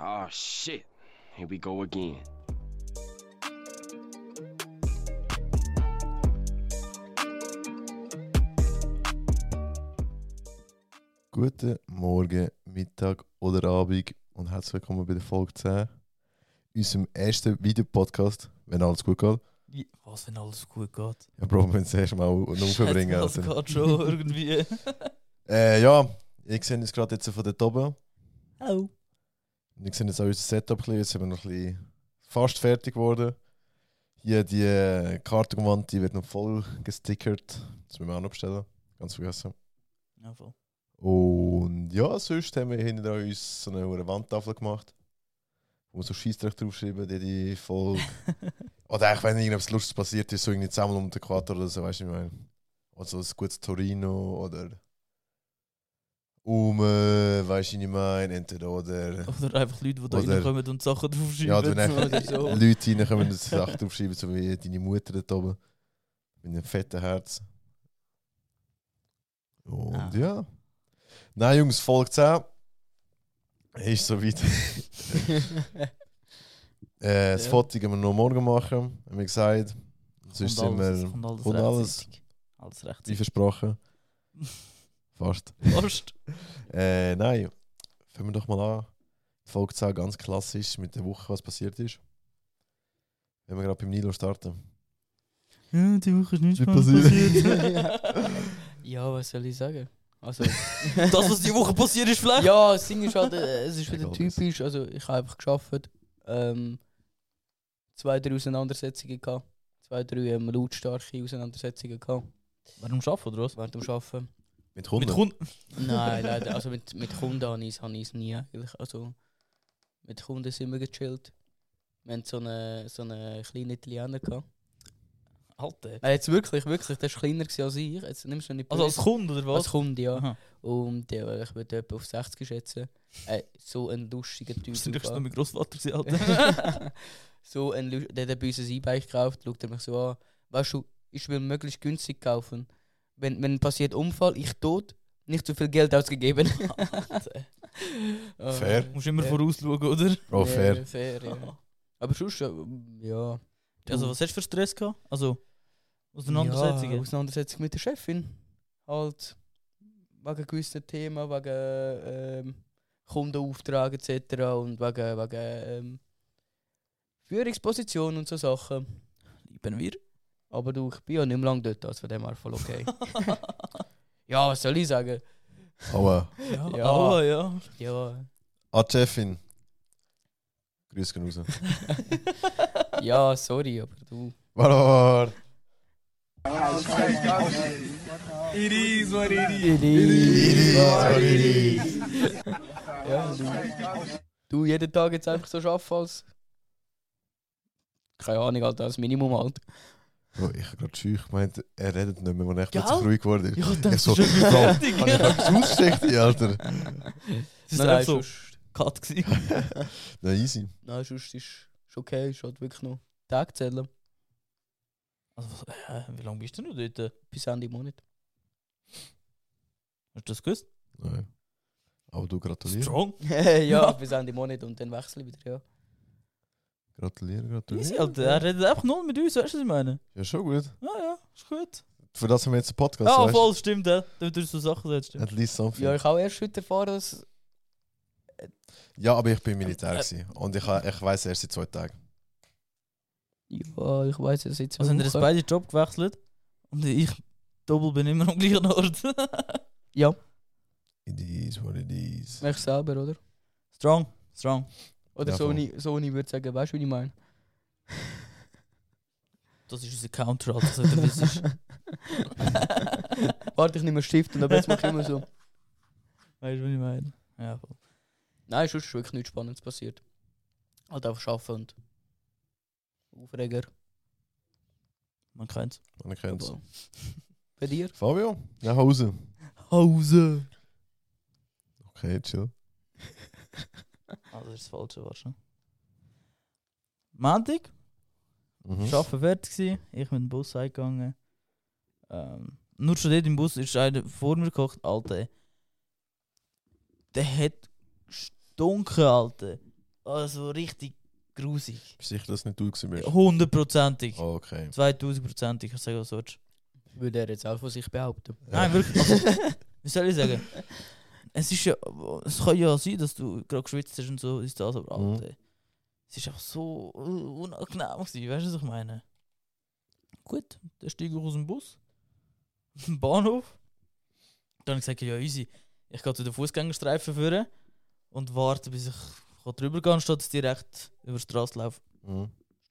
Ah, shit. Here we go again. Guten Morgen, Mittag oder Abend und herzlich willkommen bei der Folge 10, unserem ersten Videopodcast, wenn alles gut geht. Was, wenn alles gut geht? Ja, Bro, wir müssen es erst mal aufbringen. Das geht schon irgendwie. Ja, ich sehe uns gerade jetzt von der Tobe. Hallo. Und ich sehe jetzt auch unser Setup ein bisschen. Jetzt sind wir noch ein bisschen fast fertig geworden. Hier die Kartonwand, die wird noch voll gestickert. Das müssen wir auch noch bestellen. Ganz vergessen. Ja, voll. Und ja, sonst haben wir hinter uns so eine Wandtafel gemacht, wo wir so Scheissdreck draufschreiben, die Folge. Oder eigentlich, wenn irgendwas Lustiges passiert ist, so irgendwie zusammen um den Äquator oder so, weißt du, was ich meine. Oder so ein gutes Torino oder weißt du, was ich meine, entweder oder. Oder einfach Leute, die da Oder- reinkommen und Sachen draufschreiben. Ja, wenn einfach oder so. Leute reinkommen und Sachen draufschreiben, so wie deine Mutter dort oben. Mit einem fetten Herz. Und ja. Nein, Jungs, Folge 10 ist soweit. Das Foto gehen wir noch morgen machen, haben wir gesagt. Sonst sind wir kommt alles alles Alles wie rechtzeitig. versprochen. Fast. Fast. Nein, fangen wir doch mal an. Folge 10 ganz klassisch mit der Woche, was passiert ist. Wenn wir gerade beim Nilo starten. Ja, die Woche ist nichts Wie passiert. Ja, was soll ich sagen? Also, Das, was die Woche passiert ist, vielleicht? ja, das Ding ist halt, es ist wieder Egal, typisch. Also, ich habe einfach geschafft. 2-3 Auseinandersetzungen gehabt. 2-3 lautstarke Auseinandersetzungen gehabt. Während dem Arbeiten, oder was? Während dem Arbeiten. Mit Kunden? Mit Kunden? Nein, leider. Also mit Kunden habe ich es nie eigentlich. Also, mit Kunden sind wir gechillt. Wir hatten so eine kleine Italiener gehabt. Alter. Jetzt wirklich, das war kleiner gewesen als ich. Jetzt nimmst du nicht Also als Kunde, oder was? Als Kunde, ja. Aha. Und ja, ich würde etwa auf 60 schätzen. So ein lustiger Typ. Das war nicht war. noch mein Großvater, gewesen, Alter. So ein der hat bei uns ein E-Bike gekauft, schaut er mich so an. Weißt du, ich will möglichst günstig kaufen. Wenn passiert Unfall, ich tot, nicht zu viel Geld ausgegeben. Fair. Musst immer Ja. vorausschauen, oder? Bro, fair. Ja, fair, ja. Aber sonst, ja. Also, was hast du für Stress gehabt? Also, Auseinandersetzungen? Ja, Auseinandersetzung mit der Chefin. Halt, wegen gewissen Themen, wegen Kundenauftrag etc. und wegen Führungsposition und so Sachen. Lieben wir. Aber du, ich bin ja nicht mehr lange dort, also von dem her voll okay. Ja, was soll ich sagen? Aber Ja, Ja. aber ja. Ja, Chefin. Grüß gehen raus. ja, sorry, aber du. War. It is what it Ja, du jeden Tag jetzt einfach so arbeiten als. Keine Ahnung, halt, als Minimum halt. Bro, ich habe gerade schüch gemeint, er redet nicht mehr, wenn er echt Ja. plötzlich ruhig geworden ist. Ja, Ich das so, ist schon Bro, fertig. habe ich etwas ausgesteckt, Alter? Es ist Nein, einfach so sonst- Cut gewesen. Na, easy. Nein, sonst ist okay, ist halt wirklich noch Tag zählen. Also, wie lange bist du noch dort? Bis Ende Monat. Hast du das gewusst? Nein. Aber du gratuliere. Strong. Ja, bis Ende Monat und dann wechsle ich wieder, ja. Gratuliere. Easy, Alter. Er redet einfach nur mit uns, weißt du, was ich meine? Ja, schon gut. Ja, ist gut. Für das haben wir jetzt einen Podcast. Ja, weißt? voll, stimmt, ja. Damit du so Sachen sagst, stimmt. At least something. Ja, ich habe erst heute erfahren, dass. Ja, aber ich bin Militär gewesen. Und ich weiss erst seit 2 Tagen. Ja, ich weiß es jetzt. Also haben wir jetzt beide Job gewechselt und ich doppel bin immer am gleichen Ort. Ja, It is what it is. mach selber, oder? Strong. Oder Ja, so, voll. ich würde sagen, weißt du, wie ich meine? Das ist unser Counter, Alter, so du wissest. Warte, ich nehme einen Stift und aber jetzt mache ich immer so. Weißt du, was ich meine? Ja, voll. Nein, sonst ist wirklich nichts Spannendes passiert. Halt einfach arbeiten und Aufreger. Man kennt's. Man kennt's. Aber bei dir? Fabio? Nach Hause. Hause. Okay, chill. Also das ist das Falsche, wahrscheinlich. Montag, Mhm. Arbeiten fertig gewesen, ich mit dem Bus eingegangen. Nur schon dort im Bus ist einer vor mir gekocht, Alter. Der hat gestunken, Alter. Also richtig grusig. Bist du sicher, dass nicht du gewesen bist? 100%ig. Oh, okay. 2000%ig, ich sage was sonst. Würde er jetzt auch von sich behaupten. Nein, wirklich. Also, wie soll ich sagen? Es ist ja, es kann ja sein, dass du gerade geschwitzt hast und so, ist das, aber Alter, es ist einfach so unangenehm gewesen, weißt du, was ich meine? Gut, dann steige ich aus dem Bus, auf dem Bahnhof. Dann habe ich gesagt, ja easy, ich gehe zu den Fußgängerstreifen führen und warte, bis ich drüber gehen kann, statt dass ich direkt über die Straße laufe. Mhm.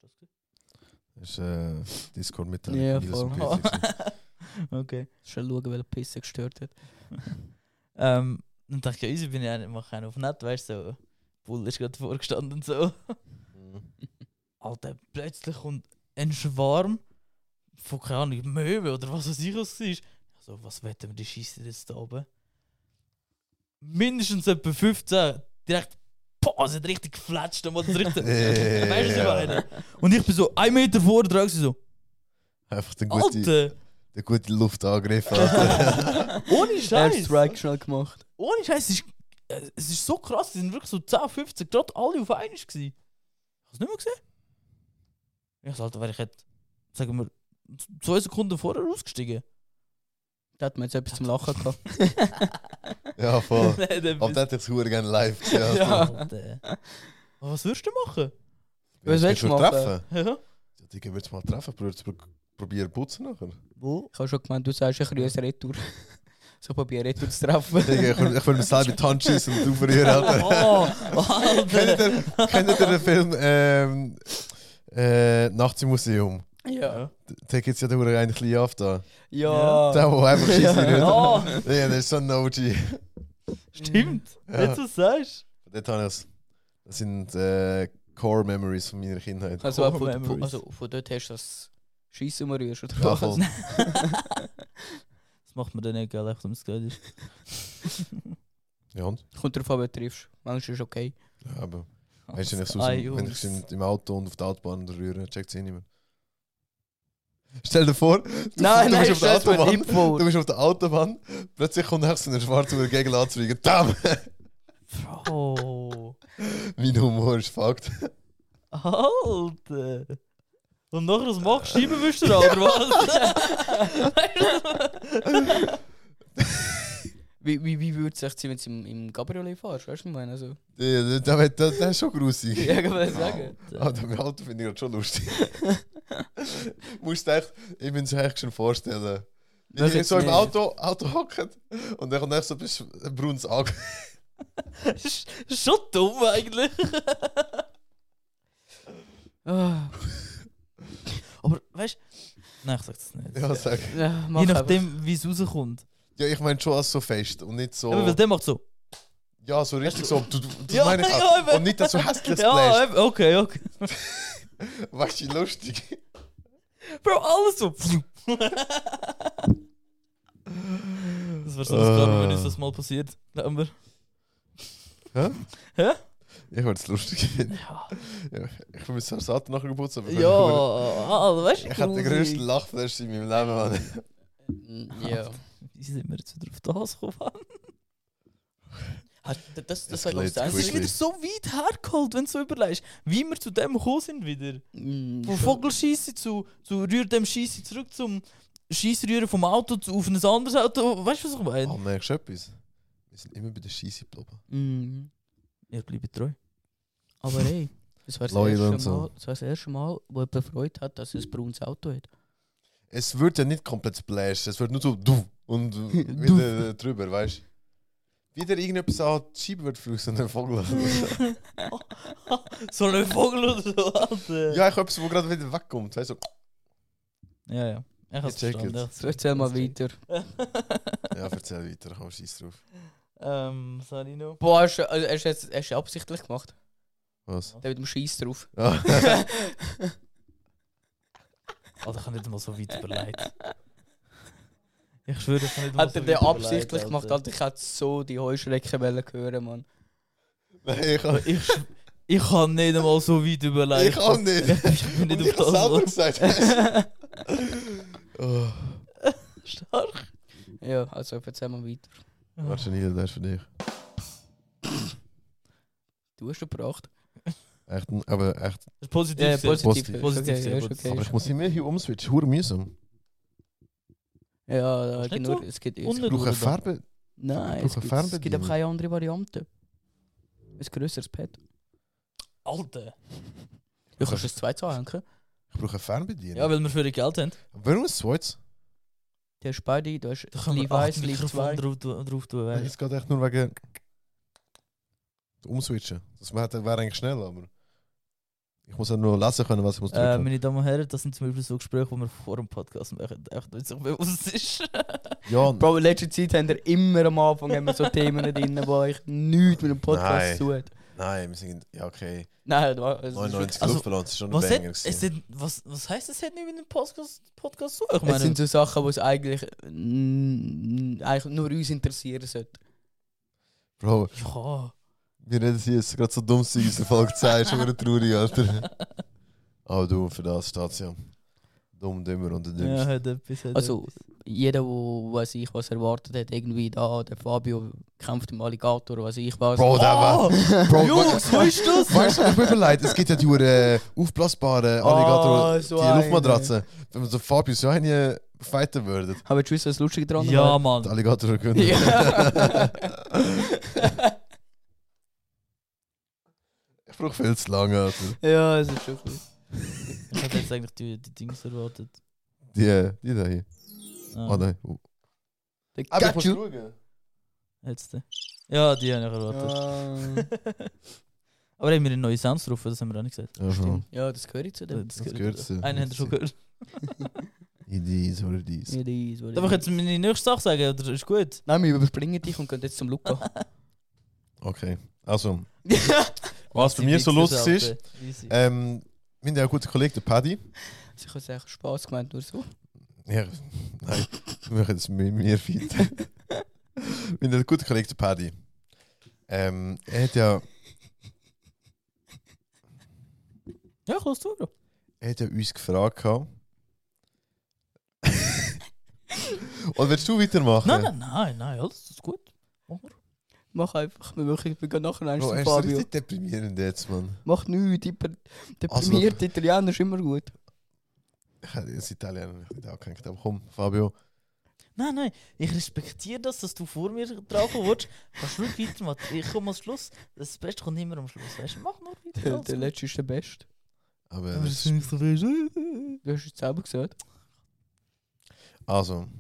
Das ist Discord mit Ja, voll. Okay. Schon schauen, welche Pisse gestört hat. Dann dachte ich, ja easy, bin ich auch mache einen auf nett, weißt du, so. Bull ist gerade vorgestanden und so. Alter, plötzlich kommt ein Schwarm von, keine Ahnung, Möwen oder was weiß ich was es ist. Also, was wetten wir, die schießen jetzt da oben? Mindestens etwa 15. Direkt, boah, sie hat richtig geflatscht. Weißt du, was ich meine? Und ich bin so 1 Meter vor dran, so, Einfach den Alter, guten Luftangriff. Alter. ohne Scheiß. Airstrike schnell gemacht. Ohne Scheiß, es ist so krass, die sind wirklich so 10, 15 Grad alle auf einmal gewesen. Hast du es nicht mehr gesehen? Ja, also, Alter, wäre ich hätte, sagen wir, 2 Sekunden vorher ausgestiegen. Da hat man jetzt etwas zum Lachen gehabt. Ja, voll. Nein, Aber das hätte ich super gerne live gesehen. Alter. Ja. Alter. Aber was würdest du machen? Was willst du schon machen? treffen? Ja. Ja, Digga, würdest du mal treffen? Probieren zu putzen nachher? Wo? Ich habe schon gemeint, du sagst, ich grüße Retour. So probiere Retour zu treffen. Digga, ich will mir selber in die Hand schießen und aufrühren, Alter. Oh, Alter. Kennt ihr den Film Nachts im Museum? Ja. Da gibt es ja den einen kleinen auf da. Ja. Der, der einfach schießen wird. Ja, Ja, das ist so ein OG. stimmt. Ja. Jetzt was du sagst. Dort habe ich das sind Core Memories von meiner Kindheit. Also, auch Core von, Memories. also von dort hast du das Schiessen umrührst, oder Ja, was? voll. Das macht man dann nicht, gell, echt, wenn es gut ist. Ja, und? Kommt drauf an, wen du triffst. Manchmal ist es okay. Ja, aber weißt du, wenn ich so Ah, wenn Jungs. ich im Auto und auf der Autobahn rühre, checkt es eh niemand. Stell dir vor, du Nein, bist auf der stell's mir Autobahn, nicht vor. du bist auf der Autobahn, plötzlich kommt nach so einer schwarzen Gegend anzufliegen. Damn! Oh. Mein Humor ist fucked. Alter. Und nachher, was machst du? Scheibenwischer an, oder was? Wie würde es sich, wenn du im Cabriolet fährst? Weißt du, was ich meine? Also, Das ist schon grusig. ja, kann man sagen. Aber mein Auto finde ich gerade schon lustig. Musst du echt, ich bin es eigentlich schon vorstellen. Wie Das ich jetzt so im nicht. Auto hockt und dann kommt echt so ein braunes Auge. Das ist schon dumm eigentlich. Ah, Aber weißt du, nein, ich sag's nicht. Ja, sag. ja, mach Je einfach. nachdem, wie es rauskommt. Ja, ich meine schon als so fest und nicht so. Ja, weil der macht so. Ja, so richtig so. Das Ja, meine ich ja, auch. eben. Und nicht das so hässliches Ja, Splash. eben, okay. Weißt du, wie lustig? Bro, alles so. Das wäre so das Plan, wenn uns das mal passiert. Glauben wir. Hä? Hä? Ich würde es lustig finden. Ja. Ja, ich will mir so Sachen nachher geputzt, aber Ja, also, weißt du, ich hatte den größten Lachflash in meinem Leben, Mann. Ja. Wie sind wir jetzt wieder auf das gekommen? Das Es war, glaube ich, das geht Das ist quickly. wieder so weit hergeholt, wenn du so überlegst. Wie wir zu dem gekommen sind wieder. Von Vogelschiessen zu Rühr dem Schiessen zurück zum Schießrühren vom Auto auf ein anderes Auto. Weißt du, was ich meine? Oh, merkst du etwas? Wir sind immer bei der Scheisse geblieben. Mhm. Ihr bleibt treu. Aber hey, das war Loyal und so. das erste Mal, wo jemand Freude hat, dass er ein braunes Auto hat. Es wird ja nicht komplett splashen, es wird nur so du und wieder drüber, weißt du? Wieder irgendetwas an die Scheibe wird fliegen, so ein Vogel. So ein Vogel oder so, Alter. Ja, ich habe etwas, wo gerade wieder wegkommt, weißt du? Ja, ja. Ich hab's Ich check verstanden. it. ich hab's So, erzähl mal verstanden. weiter. Ja, erzähl weiter, ich habe Scheiß drauf. Was habe ich noch? Boah, hast du absichtlich gemacht? Was? Der mit dem Scheiß drauf. Ja. Alter, ich habe nicht mal so weit überlegt. Ich schwöre, ich habe nicht mal Hat so er weit den überlegt, absichtlich gemacht? Alter, ich hätte so die Heuschrecken hören, Mann. Nein, ich habe Ich kann nicht einmal so weit überlegt. ich auch nicht. Ich bin nicht Und ich auf habe das selber gesagt. Oh. stark. Ja, also erzähl mal weiter. Warte, Nils, der ist für dich. Du hast ihn gebracht. Echt, aber echt. Das ist positiv. Ja, gesehen. positiv. Positiv Okay, gesehen, ist positiv. okay. Aber ich muss immer hier umswitchen, hure mühsam. Ja, Ist nicht genau. so Es gibt, Ich unnötig. brauche eine oder? Farbe. nein, brauche eine es gibt einfach keine andere Variante. Ein grösseres Pad. Alter. Du kannst es 2 anhängen. Ich brauche eine Fernbedienung. Ja, weil wir für Geld haben. Warum ist es zweites? Du hast beide, du hast Da können wir Levi's, 8 Leaf 2. Mikrofone drauf tun. Nein, es geht echt nur wegen umswitchen. Das wäre eigentlich schnell, aber ich muss ja nur lesen können, was ich muss drücken. Meine Damen und Herren, das sind zum Beispiel so Gespräche, die wir vor dem Podcast machen. Echt, wenn es sich bewusst ist. Ja, und Bro, in letzter Zeit haben wir immer am Anfang haben wir so Themen drin, die eigentlich nichts mit dem Podcast Nein. zu tun haben. nein, wir sind ja okay. Nein, es ist 99 Also, Luftballons ist schon ein Was, Banger hat, es gewesen. hat, was heisst, es hat nicht mit dem Podcast zu? Ich es meine, sind so Sachen, die es eigentlich, eigentlich nur uns interessieren sollten. Bro, ja. wir reden hier jetzt gerade so dumm in unserer Folge 10, schon wieder traurig, Alter. Aber du, für das steht es ja. Dumm, dümmer und der Ja, Dümmste. hat etwas. Hat Also, etwas. jeder, der weiß ich, was erwartet hat, irgendwie da, der Fabio kämpft im Alligator, was ich was. Bro, der war... Bro, Jungs, weißt du das? weißt du, ich bin verleiht, es gibt ja die aufblasbaren Alligator, so die eine. Luftmatratze. Wenn man so Fabio so eine fighten würde, Aber du weißt, was lustig dran Ja, war? Mann. der Alligator könnte. Ja. Ich brauche viel zu lange, Alter. Ja, es ist schon cool. Ich hätte jetzt eigentlich die Dings erwartet. Die da hier. Ah, Oh nein. Oh. Der Aber ich muss Gachu. schauen. Jetzt. Ja, die habe ich erwartet. Aber haben wir einen neuen Sounds drauf, das haben wir auch nicht gesagt. Ja, Stimmt. Ja, das gehört zu dem. Das gehört zu. Einen habt ihr schon gehört. Dies oder dies. Ja, dies, was Darf ich dies. jetzt meine nächste Sache sagen, oder ist gut? Nein, wir überspringen dich und gehen jetzt zum Luca. Okay. Also, was bei mir so Wichser, lustig ist, Alter. Easy. wir haben ja einen guten Kollegen, der Paddy. Ich habe es echt Spaß gemeint, nur so. Ja, nein, wir machen das mit mir weiter. Wir haben einen guten Kollegen, der Paddy. Er hat ja Ja, ich lass zu, Bro. er hat ja uns gefragt. gehabt. Und willst du weitermachen? Nein, alles ist gut. Mach einfach, wir gehen nachher eins Bro, zum er ist Fabio. richtig deprimierend jetzt, Mann. Mach nichts, deprimiert Italiener ist immer gut. Ich hätte das Italiener nicht angehängt, aber komm, Fabio. Nein, ich respektiere das, dass du vor mir drauf willst. Kannst du ruhig weitermachen. Ich komme am Schluss. Das Beste kommt immer am Schluss. Weißt du, mach nur weiter. Der, alles der gut. letzte ist der Beste. Aber Aber das das ist nicht so fest. Du hast es selber gesagt. also,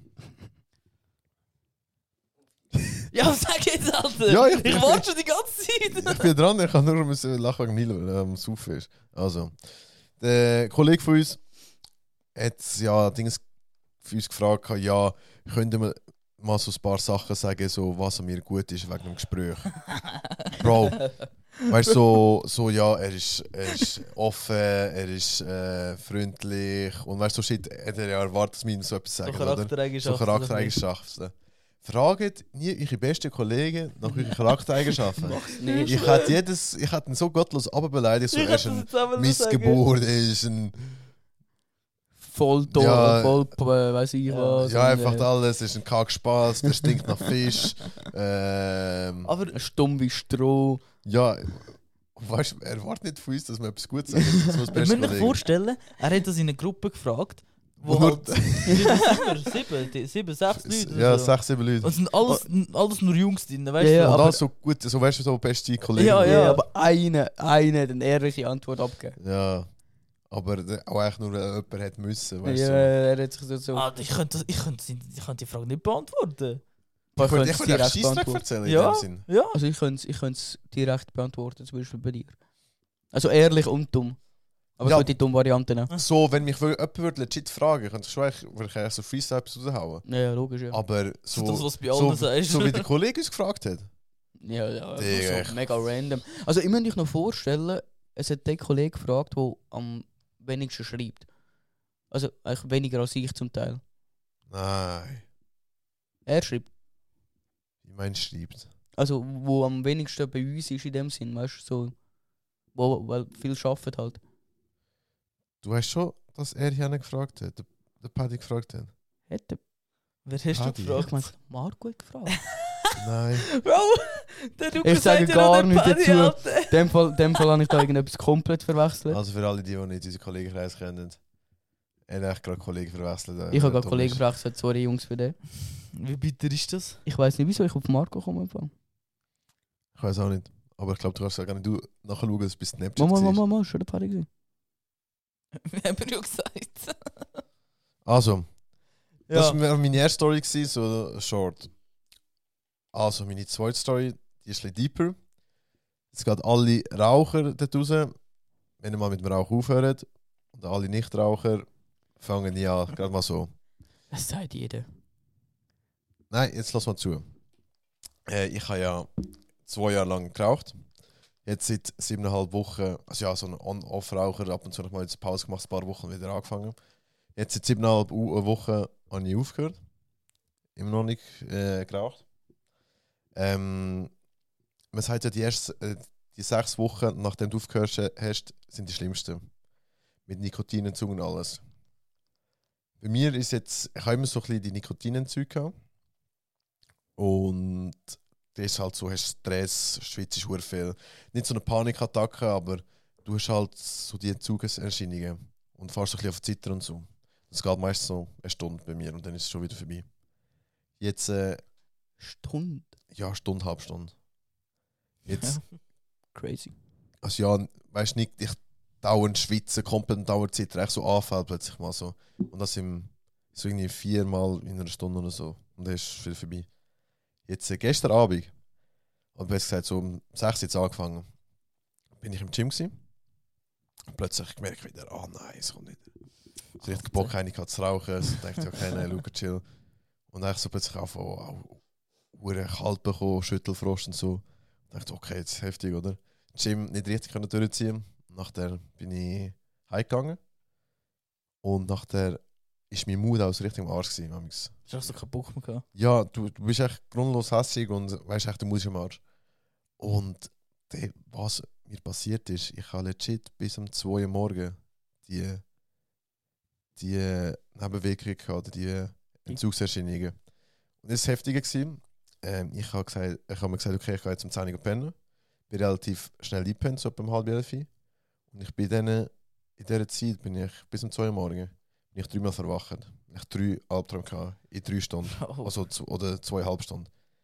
Ja, sag jetzt, Alter. Ja, ich warte schon die ganze Zeit. ich bin dran, ich kann nur müssen lachen wegen Milo, weil er am Saufen ist. Also, der Kollege von uns hat ja Dings für uns gefragt, ja, könnten wir mal so ein paar Sachen sagen, so, was an mir gut ist wegen dem Gespräch. Bro, weißt du, so ja, er ist offen, er ist freundlich und weißt du, so shit, hat er ja erwartet, dass wir ihm so etwas So sagen, oder? So Charaktereigenschaften. Charaktereigenschaften. Fragt nie eure besten Kollegen nach euren Charaktereigenschaften. Nee, Ich hätte ihn so gottlos abbeleidigt, so, er ist ein Missgeburt, er ist ein... voll toll, Ja. voll, weiß ich was. Ja, und, einfach alles, er ist ein Kackspaß, der stinkt nach Fisch. Aber Stumm wie Stroh. Ja, weißt du, er erwartet nicht von uns, dass wir etwas Gutes sagen. Das ist ihr das beste müsst euch Kollege. vorstellen, er hat das in einer Gruppe gefragt, wo Wo halt... sieben, 6 Leute oder Ja, so. 6, 7 Leute. Und es sind alles nur Jungs drin, weißt Ja, du? ja, Und aber- alles so gut, so weißt du, so beste Kollegen. Ja, Ja, aber einer hat eine ehrliche Antwort abgegeben. Ja, aber auch echt nur jemand hat müssen, weißt Ja, du. er hat sich so... Ah, ich könnte die Frage nicht beantworten. Ich könnte wollte es echt direkt Scheissdreck beantworten. erzählen in Ja. dem Sinn. Ja. Also ich könnte es direkt beantworten, zum Beispiel bei dir. Also ehrlich und dumm. Aber Ja. ich würde die dumme Variante nehmen. So, wenn mich jemand würde legit fragen, könnte ich schon wirklich so Freestyle etwas raushauen. Ja, logisch, ja. Aber So so, das, was bei allen sagst. so wie der Kollege uns gefragt hat. Ja, Digga, so mega random. Also ich muss mich noch vorstellen, es hat der Kollege gefragt, der am wenigsten schreibt. Also eigentlich weniger als ich zum Teil. Nein, Er schreibt. ich meine, schreibt. Also wo am wenigsten bei uns ist in dem Sinn, weißt du, so... Weil viel arbeitet halt. Du weißt schon, dass er hier gefragt hat, der Paddy gefragt hat. Hätte. Wer hast du Paddy. Ich gefragt? meine, Marco hat gefragt. Nein. Bro, der Lukas Ich sage sagt ja gar noch den nichts Paddy, dazu. Alter. In dem Fall habe ich da irgendetwas komplett verwechselt. Also für alle, die nicht unseren Kollegenkreis kennen. Er hat echt gerade Kollegen verwechselt. Ich habe gerade Kollegen verwechselt, sorry Jungs für den. Wie bitter ist das? Ich weiß nicht, wieso ich auf Marco komme. Ich weiß auch nicht. Aber ich glaube, du kannst ja gar nicht nachschauen, dass es bis Snapchat war. Mama, schon ein paar gesehen. Wir haben ja gesagt. Also, das Ja. war meine erste Story, gewesen, so short. Also, meine zweite Story, die ist ein bisschen deeper. Es geht alle Raucher dort raus, wenn ihr mal mit dem Rauchen aufhört. Und alle Nichtraucher fangen ja gerade mal so. Das sagt jeder. Nein, jetzt lass mal zu. Ich habe ja 2 Jahre lang geraucht. Jetzt seit 7,5 Wochen, also ja, so ein On-Off-Raucher, ab und zu noch mal jetzt Pause gemacht, ein paar Wochen wieder angefangen. Jetzt seit 7,5 Wochen habe ich aufgehört. Immer noch nicht geraucht. Man sagt ja, die 6 Wochen, nachdem du aufgehört hast, sind die schlimmsten. Mit Nikotinentzug und alles. Bei mir ist jetzt, ich habe immer so ein bisschen die Nikotinentzüge gehabt. Und das ist halt so, hast Stress, schwitzt sehr viel. Nicht so eine Panikattacke, aber du hast halt so die Entzugserscheinungen. Und fährst so ein bisschen auf die Zitter und so. Das geht meist so eine Stunde bei mir und dann ist es schon wieder vorbei. Jetzt, Stunde. ja, Stunde, halbe Stunde. Jetzt, Crazy. also ja, weißt du nicht, ich dauernd schwitze, komplett dauernd zittern, echt so anfällt plötzlich mal so. Und das so irgendwie 4-mal in einer Stunde oder so. Und dann ist es wieder vorbei. Jetzt gestern Abend, und besser gesagt so um 6 Uhr jetzt angefangen, bin ich im Gym gewesen. Und plötzlich gemerkt ich wieder, nein, es kommt nicht. So richtig Bock, eine zu rauchen. So dachte ich, okay, nein, schau, chill. Und dann so plötzlich auch kalt bekommen, Schüttelfrost und so. Und dachte, okay, jetzt ist heftig, oder? Gym nicht richtig können durchziehen. Nachher bin ich heimgegangen. Und nachher ist mein Mut auch so richtig am Arsch gewesen. Hast du auch so keinen Bock mehr gehabt? Ja, du bist echt grundlos hässig und weißt echt, du musst am Arsch. Und was mir passiert ist, ich habe legit bis um 2 Uhr morgens die Nebenwirkungen gehabt, oder die Entzugserscheinungen. Und das war heftiger gewesen. Ich habe mir gesagt, okay, ich gehe jetzt um 10 Uhr pennen. Bin relativ schnell eingepennt, so etwa um 10:30. Und ich bin dann, in dieser Zeit bin ich bis um 2 Uhr morgens bin ich 3-mal verwacht. Ich 3 Albträume gehabt in 3 Stunden. Oh. Also, oder 2,5 Stunden.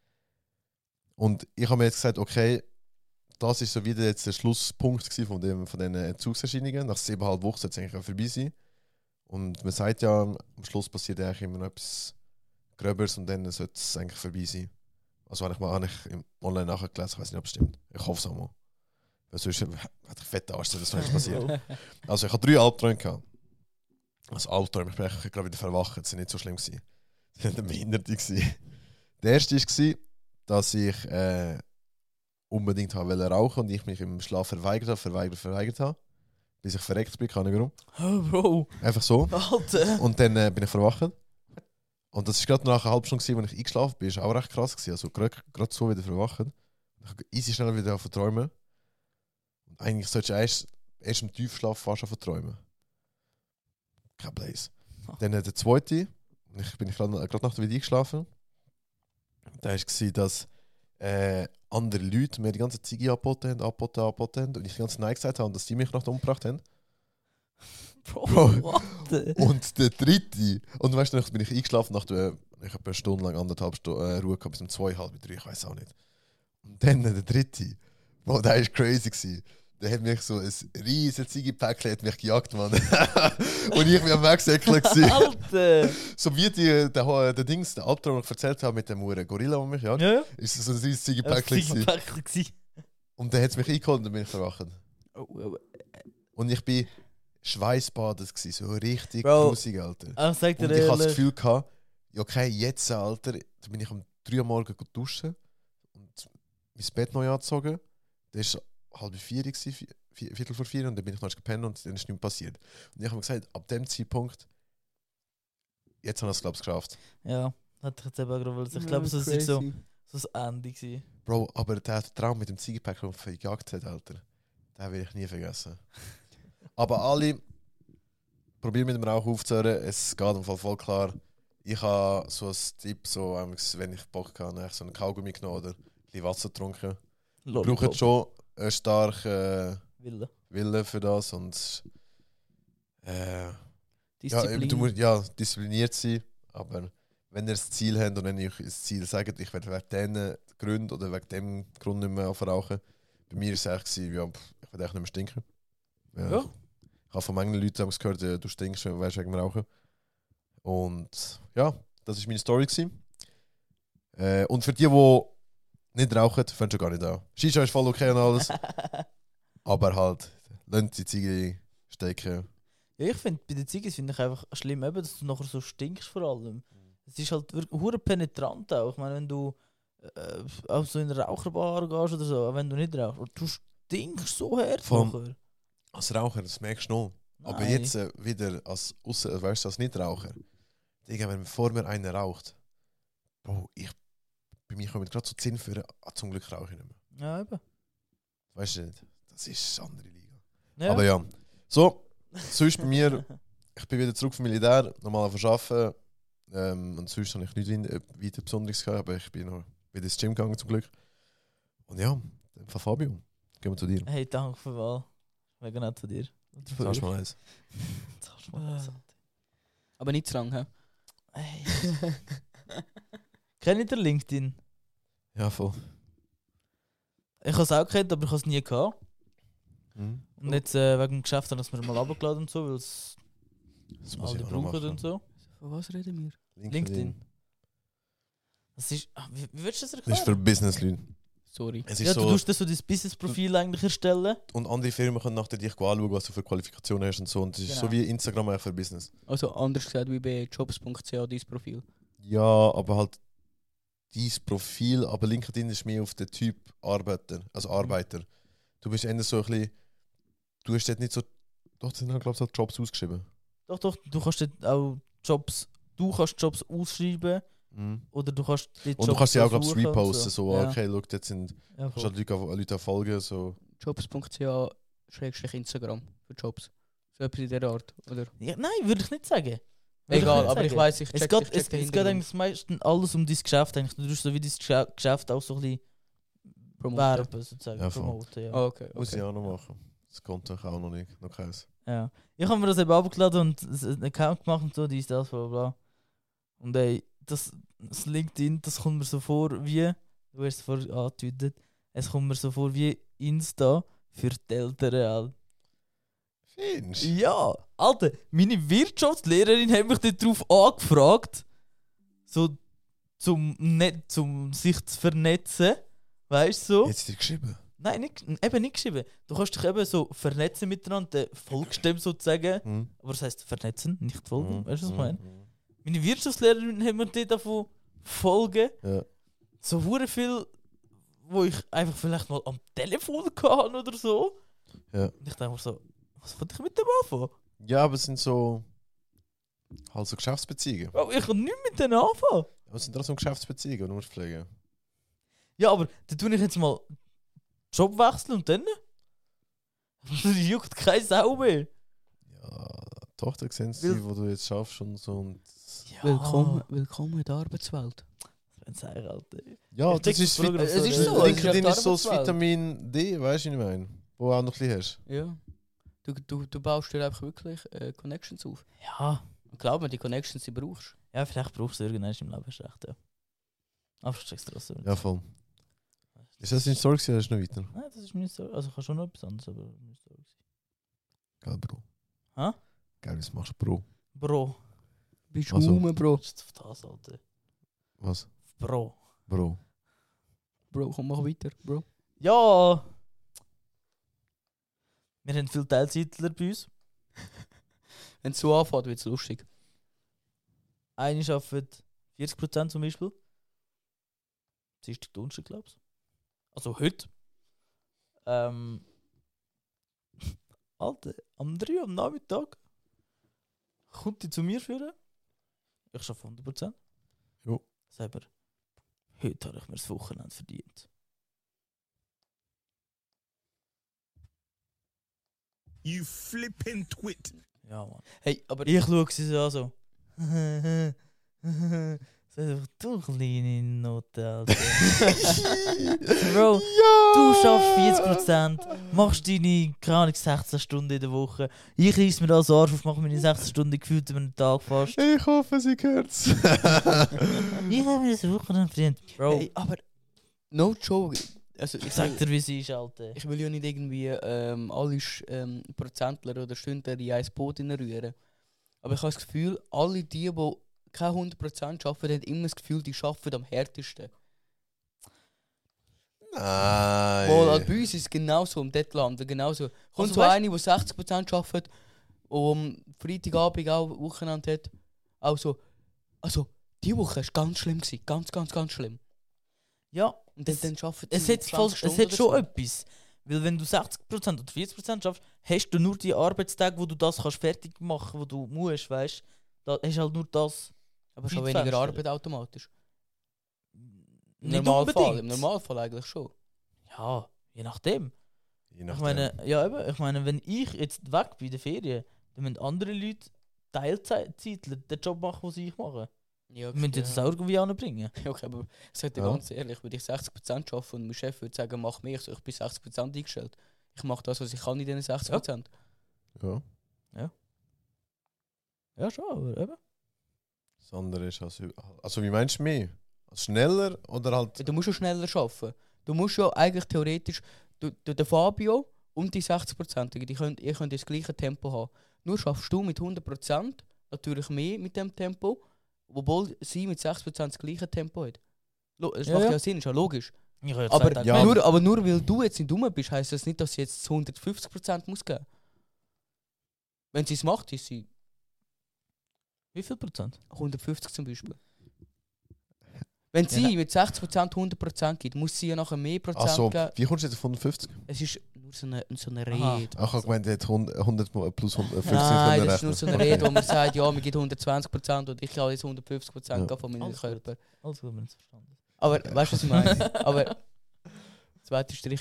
Und ich habe mir jetzt gesagt, okay, das ist so wieder jetzt der Schlusspunkt von diesen Entzugserscheinungen. Nach 7,5 Wochen sollte es eigentlich auch vorbei sein. Und man sagt ja, am Schluss passiert eigentlich immer noch etwas Gröberes und dann sollte es eigentlich vorbei sein. Also habe ich online nachgelesen, ich weiß nicht, ob es stimmt. Ich hoffe es auch mal. Weil sonst hätte ich fette Arsch, dass das nicht passiert. Also ich hatte 3 Albträume gehabt. Also Albträume, ich bin gerade wieder verwacht, das war nicht so schlimm. Das war eine Behinderte. Der erste war, dass ich unbedingt wollte rauchen und ich mich im Schlaf verweigert habe. Bis ich verreckt bin, keine Ahnung warum. Oh, Bro. Einfach so. Alter. Und dann bin ich verwacht. Und das war gerade nach einer halben Stunde, als ich eingeschlafen bin. Das war auch recht krass. Also gerade so wieder verwacht. Ich habe easy schnell wieder träumen. Und eigentlich solltest du erst im Tiefschlaf fast träumen. Kein Blaze. Dann der zweite, ich bin gerade nach der wieder eingeschlafen. Da war, dass andere Leute mir die ganze Ziege angeboten haben und ich die ganze Zeit gesagt habe, dass die mich noch umgebracht haben. Bro, Bro. what? Und der dritte, und weißt du, dann bin ich eingeschlafen, ich habe eine Stunde lang, 1,5 Stunden Ruhe gehabt, bis um 2, halb 3, ich weiß auch nicht. Und dann der dritte, Bro, der war crazy gewesen. Der hat mich so ein riesiges Ziegepäckchen hat mich gejagt, Mann. Und ich war am Wegsäckeln gewesen. Alter. So wie der Albtraum, den ich erzählt habe mit dem Gorilla, der mich jagt, Ja, ja. ist so ein riesiges Ziegepäckchen gewesen. Päckchen. Und der hat es mich eingeholt und dann bin ich verwacht. Oh. Und ich bin schweißbadet gewesen, so richtig Bro. grusig, Alter. Ich sag dir Und ich hatte das ehrlich. Gefühl gehabt, ja, okay, jetzt, Alter, da bin ich um 3 Uhr morgens duschen und mein Bett neu angezogen. Das war 3:30, Viertel vor 4 und dann bin ich noch gepennt und dann ist nichts passiert. Und ich habe mir gesagt, ab dem Zeitpunkt, jetzt habe ich es, glaube ich, geschafft. Ja, hatte ich jetzt eben auch gerade wollen sagen. Ich glaube, es war so das Ende gewesen. Bro, aber der Traum mit dem Ziegepäck, den er verjagt hat, Alter, den will ich nie vergessen. Aber alle, probieren mit dem Rauch aufzuhören, es geht im Fall voll klar. Ich habe so als Tipp, so, wenn ich Bock habe, habe ich so einen Kaugummi genommen oder ein bisschen Wasser getrunken. Ich brauche schon einen starken Willen für das und Disziplin. du musst diszipliniert sein, aber wenn ihr das Ziel habt und wenn ihr das Ziel sagt, ich werde wegen diesen Gründen oder wegen dem Grund nicht mehr verrauchen, bei mir war es eigentlich, ich werde eigentlich nicht mehr stinken. Ja. Ich habe von manchen Leuten gehört, du stinkst, weißt wegen dem Rauchen. Und ja, das war meine Story gewesen. Und für die nicht rauchen, fängt schon gar nicht an. Shisha ist voll okay und alles, aber halt, lasst die Ziege stecken. Ja, ich finde, bei den Ziggis finde ich einfach schlimm, eben, dass du nachher so stinkst vor allem. Es ist halt wirklich hure penetrant auch. Ich meine, wenn du auch so in eine Raucherbar gehst oder so, wenn du nicht rauchst, und du stinkst so hart Vom- nachher. Als Raucher, das merkst du noch. Aber Nein. jetzt wieder als als Nichtraucher. Digga, wenn vor mir einer raucht, Bro, bei mir kommen gerade so 10 für zum Glück rauche ich nicht mehr. Ja, eben. Weißt du nicht? Das ist eine andere Liga. Ja. Aber ja. So, sonst bei mir, ich bin wieder zurück vom Militär, normal arbeiten. Und sonst habe ich nichts weiter Besonderes gehabt, aber ich bin noch wieder ins Gym gegangen zum Glück. Und ja, dann von Fabio, gehen wir zu dir. Hey, danke für die Wahl. Mega nett von dir. Und für Sagst euch. mal eins. Sagst mal eins. Aber nicht zu lang, hä? Hey. Kennt ihr LinkedIn? Ja, voll. Ich habe es auch gekannt, aber ich habe es nie gehabt. Mhm. Und jetzt wegen dem Geschäft haben wir es mir mal runtergeladen und so, weil es Das muss alle ich auch noch brauchen machen. und so. Von was reden wir? LinkedIn. Das ist. Wie würdest du das Das ist erklären? für Business-Leute. Sorry. Es ist Ja, du so, tust das so dein Business-Profil eigentlich erstellen. und andere Firmen können nachher dich anschauen, was du für Qualifikationen hast und so. Und das ist Genau. so wie Instagram eigentlich für Business. Also anders gesagt wie bei jobs.ch, dein Profil. Ja, aber halt dein Profil, aber LinkedIn ist mehr auf den Typ Arbeiter, also Arbeiter. Du bist eher so ein bisschen, du hast dort nicht so, doch, das sind glaube ich so Jobs ausgeschrieben. Doch, du kannst dort auch Jobs. Du kannst Jobs ausschreiben oder du kannst die Jobs Und du kannst sie auch, glaube ich, suchen und reposten, so, Ja. okay, look, jetzt sind, Ja, kannst voll. halt Leute folgen, so. jobs.ch/Instagram für Jobs. So etwas in der Art, oder? Ja, nein, würde ich nicht sagen. Würde Egal, nicht aber ich sagen. weiss, ich Es check, geht, ich check es den geht Hintergrund. eigentlich meistens alles um dein Geschäft. Eigentlich. Du tust so wie dein Geschäft auch so ein bisschen Promoten. werben, sozusagen. Ja, voll. Promoten, ja. Ah, okay, Muss ich okay. auch noch machen. Das kommt doch auch noch nicht, noch keins. Ja. Ich habe mir das eben abgeladen und einen Account gemacht und so, dies, das, bla bla. Und ey, das LinkedIn, das kommt mir so vor wie, du hast es vorhin angedeutet, es kommt mir so vor wie Insta für die Eltern. Findest du? Ja, Alter, meine Wirtschaftslehrerin hat mich darauf angefragt, so zum sich zu vernetzen, weißt du so? Jetzt dir geschrieben? Nein, eben nicht geschrieben. Du kannst dich eben so vernetzen miteinander, folgst dem sozusagen. Hm? Aber das heisst vernetzen, nicht folgen. Hm, Weißt du, was ich meine? hm. Meine Wirtschaftslehrerin hat mir dort davon folgen. Ja. So hure viel, wo ich einfach vielleicht mal am Telefon hatte oder so. Ja. Und ich denke mir so, was wollte ich mit dem anfangen? Ja, aber es sind so, halt so Geschäftsbeziehungen. Oh, ich kann nichts mit denen anfangen. Aber es sind trotzdem Geschäftsbeziehungen, die du musst pflegen. Ja, aber dann tue ich jetzt mal Job wechseln und dann? Juckt keine Sau mehr. Ja, die Tochter sehen Weil- sie, wo du jetzt schaffst und so. Und Ja. Willkommen in der Arbeitswelt. Das wäre es Alter. ja, Ich das denke, ist, das Programm es so ist eine- so, LinkedIn es ist ist so das Arbeitswelt. Vitamin D, weißt du, was ich meine? Wo du auch noch ein bisschen hast. Ja. Du baust dir einfach wirklich Connections auf. Ja. Und glaub mir, die Connections, die brauchst. Ja, vielleicht brauchst du irgendwann im Leben, ist recht, ja. Aber ich check's trotzdem. Ja, voll. Ist das deine Story gewesen, oder ist noch weiter? Nein, das ist meine Story. Also ich habe schon noch etwas anderes, aber meine Story. Geil, Bro. Hä? Geil, was machst du, Bro? Bro. Bist Also. rum, Bro. Was ist auf das, Alter? Was? Bro. Bro. Bro, komm, mach weiter, Bro. Ja! Wir haben viele Teilzeitler bei uns. Wenn es so anfängt, wird es lustig. Eine arbeitet 40% zum Beispiel. Dienstag, Donnerstag, glaube ich. Also heute. Alter, am 3 Uhr am Nachmittag kommt die zu mir führen. Ich arbeite 100%. Jo. Sag mir, heute habe ich mir das Wochenende verdient. You flipping twit. Ja, Mann. Hey, aber Ich schaue sie so an so. Sag einfach, du kleine Note, Alter. Bro, du schaffst 40%, machst deine, keine Ahnung, 16 Stunden in der Woche. Ich reiss mir das Arsch auf, mache meine 16 Stunden gefühlt über den Tag fast. Ich hoffe, sie hört's. Ich habe mir das Wochenende verdient. Bro, Hey, aber no joke. Also ich sag dir, wie es ist, Alter. Ich will ja nicht irgendwie alle Prozentler oder Stündler in ein Boot rühren. Aber ich habe das Gefühl, alle die keine 100% arbeiten, haben immer das Gefühl, die arbeiten am härtesten. Nein. Weil bei uns ist es genauso im Dettland. Genauso. Kommt Also so weißt- eine, die 60% arbeitet und am Freitagabend auch Wochenende hat. Also die Woche war ganz schlimm. Ganz, ganz, ganz schlimm. Ja, Und Es- dann arbeitet es sie hat, 20 es Stunden hat oder schon so. etwas. Weil wenn du 60% oder 40% schaffst, hast du nur die Arbeitstage, wo du das kannst fertig machen, wo du musst, weißt du? Da hast du halt nur das. Aber schon Zeitfenster. weniger Arbeit automatisch. Im Nicht Normalfall, unbedingt. im Normalfall eigentlich schon. Ja, je nachdem. Je Ich nachdem. meine, ja eben, ich meine, wenn ich jetzt weg bin in der Ferien, dann müssen andere Leute Teilzeitler den Job machen, den sie ich mache. Ja, Die müssen das auch irgendwie anbringen. Ja, okay, aber ich sage dir Ja. ganz ehrlich, würde ich 60% arbeiten und mein Chef würde sagen, mach mehr, so, ich bin 60% eingestellt. Ich mache das, was ich kann in diesen 60%. Ja. Ja, schon, aber eben. Das andere ist also wie meinst du mehr? Also schneller oder halt... Ja, du musst ja schneller arbeiten. Du musst ja eigentlich theoretisch, der Fabio und die 60%, ihr könnt das gleiche Tempo haben. Nur schaffst du mit 100% natürlich mehr mit dem Tempo, obwohl sie mit 60% das gleiche Tempo hat. Es Ja, macht ja. ja Sinn, ist ja logisch. Ich habe ja Aber, 2 Tage ja. mehr. nur weil du jetzt nicht dumm bist, heisst das nicht, dass sie jetzt 150% muss geben. Wenn sie es macht, ist sie Wie viel Prozent? 150 zum Beispiel. Wenn sie Ja, mit 60% 100% gibt, muss sie ja nachher mehr Prozent Achso, geben. wie kommst du jetzt auf 150? Es ist nur so eine Aha. Rede. Ach, ich habe gemeint, er hat 100 plus 150 Nein, können das ist nur so eine rechnen. Rede, wo man sagt, ja, wir geben 120% und ich habe jetzt 150% Ja. geben von meinem Alles gut. Körper. Alles gut, wir haben es verstanden. Aber weißt du, was ich meine? Aber zweiter Strich.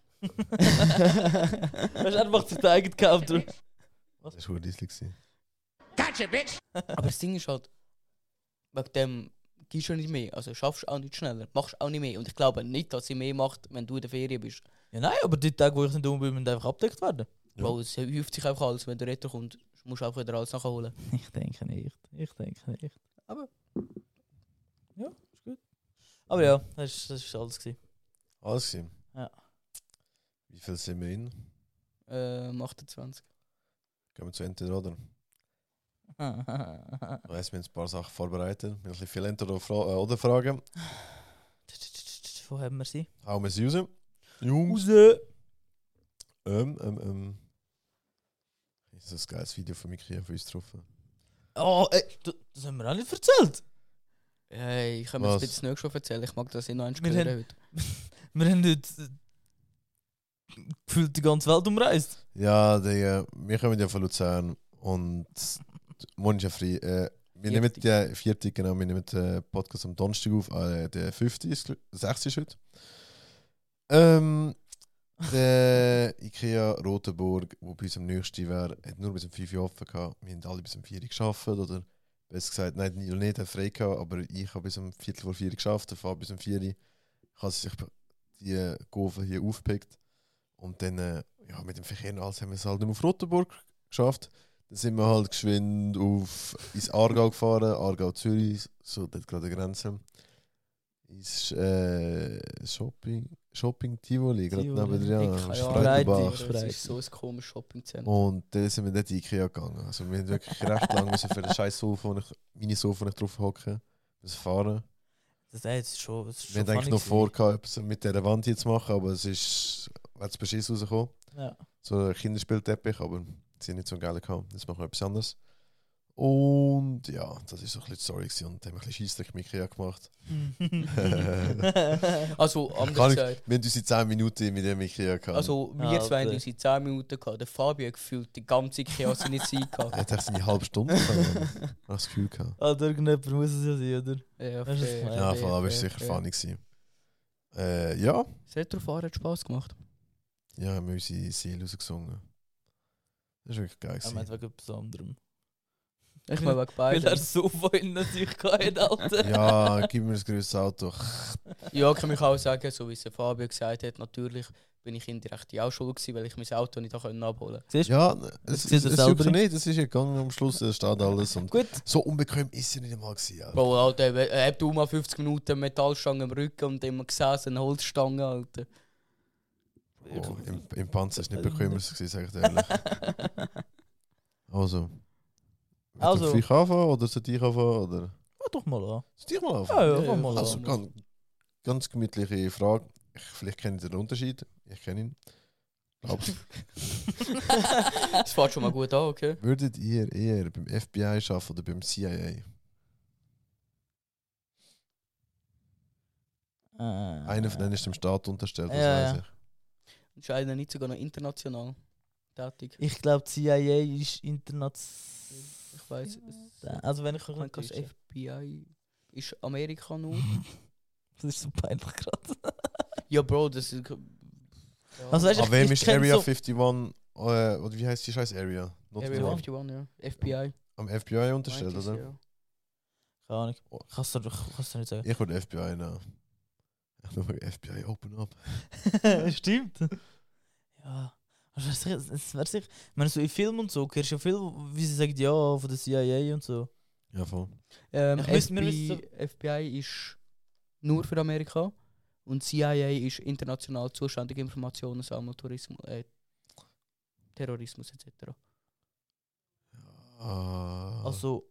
Weißt du, er macht sich den eigenen Counter. Das war schon Riesling. Aber das Ding ist halt, wegen dem gibst du nicht mehr. Also schaffst auch nicht schneller, machst auch nicht mehr. Und ich glaube nicht, dass sie mehr macht, wenn du in der Ferien bist. Ja, nein, aber die Tage, wo ich nicht dumm bin, müssen einfach abgedeckt werden. Ja. Weil es häuft sich einfach alles, wenn der Retter kommt, musst du auch wieder alles nachholen. Ich denke nicht. Ich denke nicht. Aber- Ja, ist gut. Aber ja, das ist alles gewesen. Alles gewesen? Ja. Wie viel sind wir in? 28. Gehen wir zu entweder oder? Ich weiss, wir haben ein paar Sachen vorbereitet. Wir haben ein bisschen viele oder Fragen. Wo haben wir sie? Hauen wir sie raus. Jungs. Raus! Das ist ein geiles Video von Miki auf uns getroffen. Oh, ey, das haben wir auch nicht erzählt. Hey, ich kann mir das Was? bitte das nächste Mal erzählen. Ich mag das eh noch eins Wir hören haben- heute. Wir haben nicht gefühlt die ganze Welt umreist. Ja, wir kommen ja von Luzern und morgen ist ja frei. Wir nehmen den 4. genau, wir nehmen den Podcast am Donnerstag auf, der 5. ist, 6. ist heute. Der IKEA Rotenburg, wo bei uns am nächsten wäre, hat nur bis um 5 Uhr offen gehabt. Wir haben alle bis um 4 Uhr gearbeitet, oder besser gesagt, nein, nicht frei gehabt, aber ich habe bis um 3:45 Uhr geschafft, der Fahrt bis um 4 Uhr. Ich habe sich die Kurve hier aufgepickt. Und dann, ja, mit dem Verkehr und alles haben wir es halt nicht mehr auf Rotenburg geschafft. Dann sind wir halt geschwind ins Aargau gefahren, Aargau-Zürich, so dort gerade die Grenze. Ins Shopping Tivoli, gerade Tivoli. nebenan, Ich- am ja, Spreitenbach. Breite. Das ist so ein komisches Shoppingcenter. Und dann sind wir dort in Ikea gegangen. Also wir haben wirklich recht lange müssen für den scheiß Sofa, meine Sofa nicht drauf hocken, müssen fahren. Das ist schon. Das ist Wir schon hatten eigentlich noch funny vor, etwas mit dieser Wand hier zu machen, aber es ist jetzt beschiss rausgekommen. gewesen. Ja. So ein Kinderspielteppich, aber sie haben nicht so geil gehabt. Jetzt machen wir etwas anderes. Und ja, das war so ein bisschen die Story gewesen. Und dann haben wir ein bisschen Scheissdreck mit Ikea gemacht. Also, Kann anders ich- gesagt. Wir haben unsere 10 Minuten mit dem Ikea gehabt. Also, wir Ah, zwei haben okay. unsere 10 Minuten gehabt. Der Fabio hat gefühlt die ganze IKEA seine Zeit er gehabt. hat echt eine halbe Stunde gehabt. Ich habe das Gefühl gehabt. Alter, irgendjemand muss es ja sein, oder? Ja, Weißt du, was ich fair, meine? Ja, fair, voll, aber es fair, war sicher fair. funny gewesen. Ja, Das Retrofahren hat Spass gemacht. ja, haben wir unsere Seele rausgesungen. Das war wirklich geil. Er meint gewesen. wegen etwas anderem. Ich mal wegen Weil er beiden. so viel natürlich hat, Alter. Ja, gib mir ein grosses Auto. Ja, kann ich auch sagen, so wie es der Fabio gesagt hat, natürlich bin ich indirekt auch schuld gewesen, weil ich mein Auto nicht abholen konnte. Siehst du? Ja, Das es sieht er juckt selber nicht, es ist ja gegangen am Schluss, es steht alles. Und Gut. so unbequem ist sie nicht einmal gewesen. Alter. Bro, Alter, er hat mal 50 Minuten Metallstange im Rücken und immer gesessen, eine Holzstange, Alter. Oh, im Panzer ist nicht bequemer gewesen, sag ich dir ehrlich. Also. Also. Soll ich anfangen oder soll ich anfangen? Oder? Mach doch mal an. Soll ich mal Ja, anfangen? ja, fang mal Also, an. ganz gemütliche Frage. Vielleicht kennt ihr den Unterschied. Ich kenne ihn. Glaubst du? Das fährt schon mal gut an, okay? Würdet ihr eher beim FBI arbeiten oder beim CIA? Einer von denen ist dem Staat unterstellt, das Ja, weiß ja. ich. Ist einer nicht sogar noch international tätig? Ich glaube, CIA ist international. Ich weiß es. Also, wenn ich Ich meine, das FBI ist Amerika nur. Das ist so peinlich gerade. Ja, Bro, das ist. Also, weißt du, An wem ich ist kenn Area so- 51, oder wie heißt die scheiß Area? Not Area the one. 51, ja. FBI. Am FBI unterstellt, meint es, oder? ja. Keine Ahnung. Kannst du nicht sagen. Ich würde FBI nehmen. Ich nur FBI open up. Stimmt. Ja. Also, es wäre sicher. Ich meine, so in Filmen und so, hörst du ja viel, wie sie sagen, ja, von der CIA und so. Ja, voll. Wir müssen FBI ist nur für Amerika und CIA ist international zuständige Informationen sammeln, Tourismus, Terrorismus etc. Also,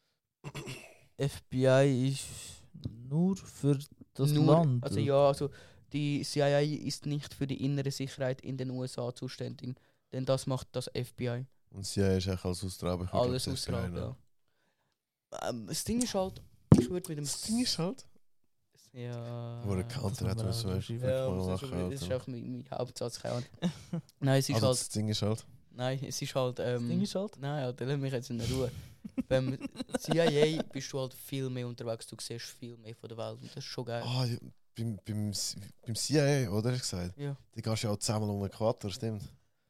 FBI ist nur für das Nur, Land. Also ja, also die CIA ist nicht für die innere Sicherheit in den USA zuständig, denn das macht das FBI. Und CIA ist eigentlich alles austragend. Ich würd Alles das FBI austrag, nehmen. ja. Das Ding ist halt, ich würde mit dem... Das Ding ist halt. Ja... Wo der Counter hat, was weißt du. Ja, mal das ist, machen, das ist Alter. auch mein Hauptsatz, keine Ahnung. Nein, es ist Also halt... das Ding ist halt. Nein, es ist halt... Das Ding ist halt. Nein, Alter, lass mich jetzt in Ruhe. Beim CIA bist du halt viel mehr unterwegs, du siehst viel mehr von der Welt und das ist schon geil. Ah, ja, beim CIA, oder? Hast du gesagt? Ja. Die gehst ja auch zusammen um den Äquator, stimmt?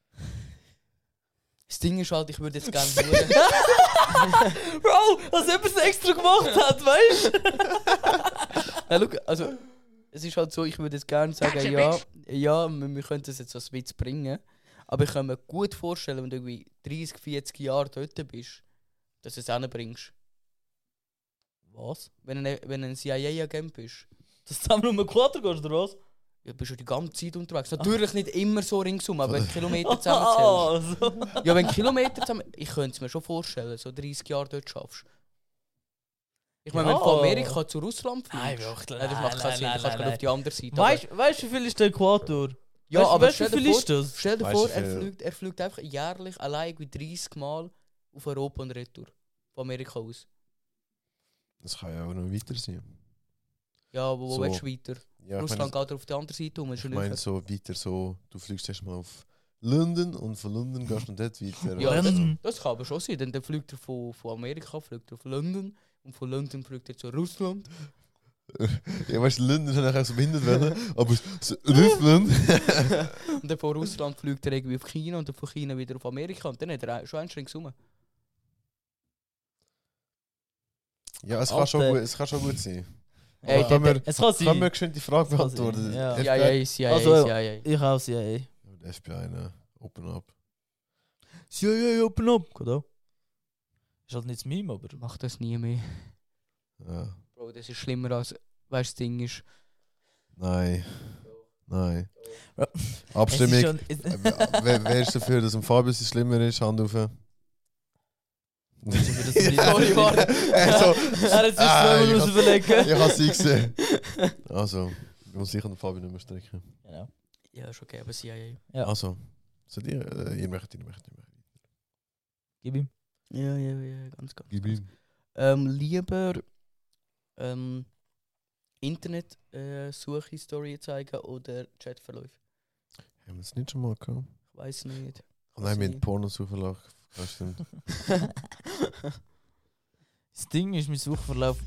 Das Ding ist halt, ich würde jetzt gerne hören. Bro, als jemand es extra gemacht hat, weißt du? Ja, schau, also, es ist halt so, ich würde jetzt gerne sagen, ja, wir können das jetzt als Witz bringen. Aber ich kann mir gut vorstellen, wenn du irgendwie 30, 40 Jahre dort bist, dass du es hinbringst. Was? Wenn du ein CIA-Agent bist, Dass du zusammen um den Quater gehst, oder was? ja, bist du die ganze Zeit unterwegs. Natürlich nicht immer so ringsum, aber wenn du Kilometer zusammenzählst. Also. Ja, wenn Kilometer zusammen... Ich könnte es mir schon vorstellen, so 30 Jahre dort schaffst. Ich meine, wenn du Ja. von Amerika zu Russland fliegst... Nein, wirklich. Nein, das macht keinen Sinn, du kannst gerade auf die andere Seite. Weißt du, wie viel ist der Äquator? ja, weißt, aber weißt, wie viel ist das? stell dir Weißt du, vor, wie viel- er fliegt einfach jährlich allein wie 30 Mal auf Europa und Retour. Von Amerika aus. Das kann ja auch noch weiter sein. Ja, aber wo So. willst du weiter? Ja, ich Russland meine, geht auf die andere Seite um. ich meine so weiter so, du fliegst erstmal auf London und von London gehst du dann dort weiter. Ja, Also, das kann aber schon sein. Dann fliegt er von Amerika fliegt er auf London und von London fliegt er zu Russland. ja, weißt du, London ist eigentlich auch so behindert werden, aber so Russland. Und dann von Russland fliegt er irgendwie auf China und dann von China wieder auf Amerika und dann hat er schon einen Schritt rum. Ja, es kann schon gut sein. Ey, Aber können Es kann wir sein. schön die Frage kann sein, beantworten? ja. FBI? CIA, CIA, Also, CIA. Ich auch CIA. FBI, ne? Open up. CIA, open up. Geht auch. Ist halt nicht das Meme, aber... Mach das nie mehr. Ja. Bro, das ist schlimmer als... Weißt du, das Ding ist... Nein. Nein. Ja. Abstimmung. Es ist schon- Wer ist dafür, dass ein Fabius es schlimmer ist? Hand auf. Sorry, warte. Also, Er hat sich zweimal ich muss überlegen. Ich habe sie gesehen. Also, ich muss sicher den Fabius nicht mehr strecken. Genau. Ja, ist okay, aber CIA. Ja. Also, so ihr möchtet. Gib ihm. Ja, ganz. Gib ihm. Lieber Internet-Suchhistorie zeigen oder Chatverläufe? Haben wir es nicht schon mal gehabt? Ich weiß nicht. Oh nein, mit Pornosuchverlag. Das stimmt. Das Ding ist, mein Suchverlauf...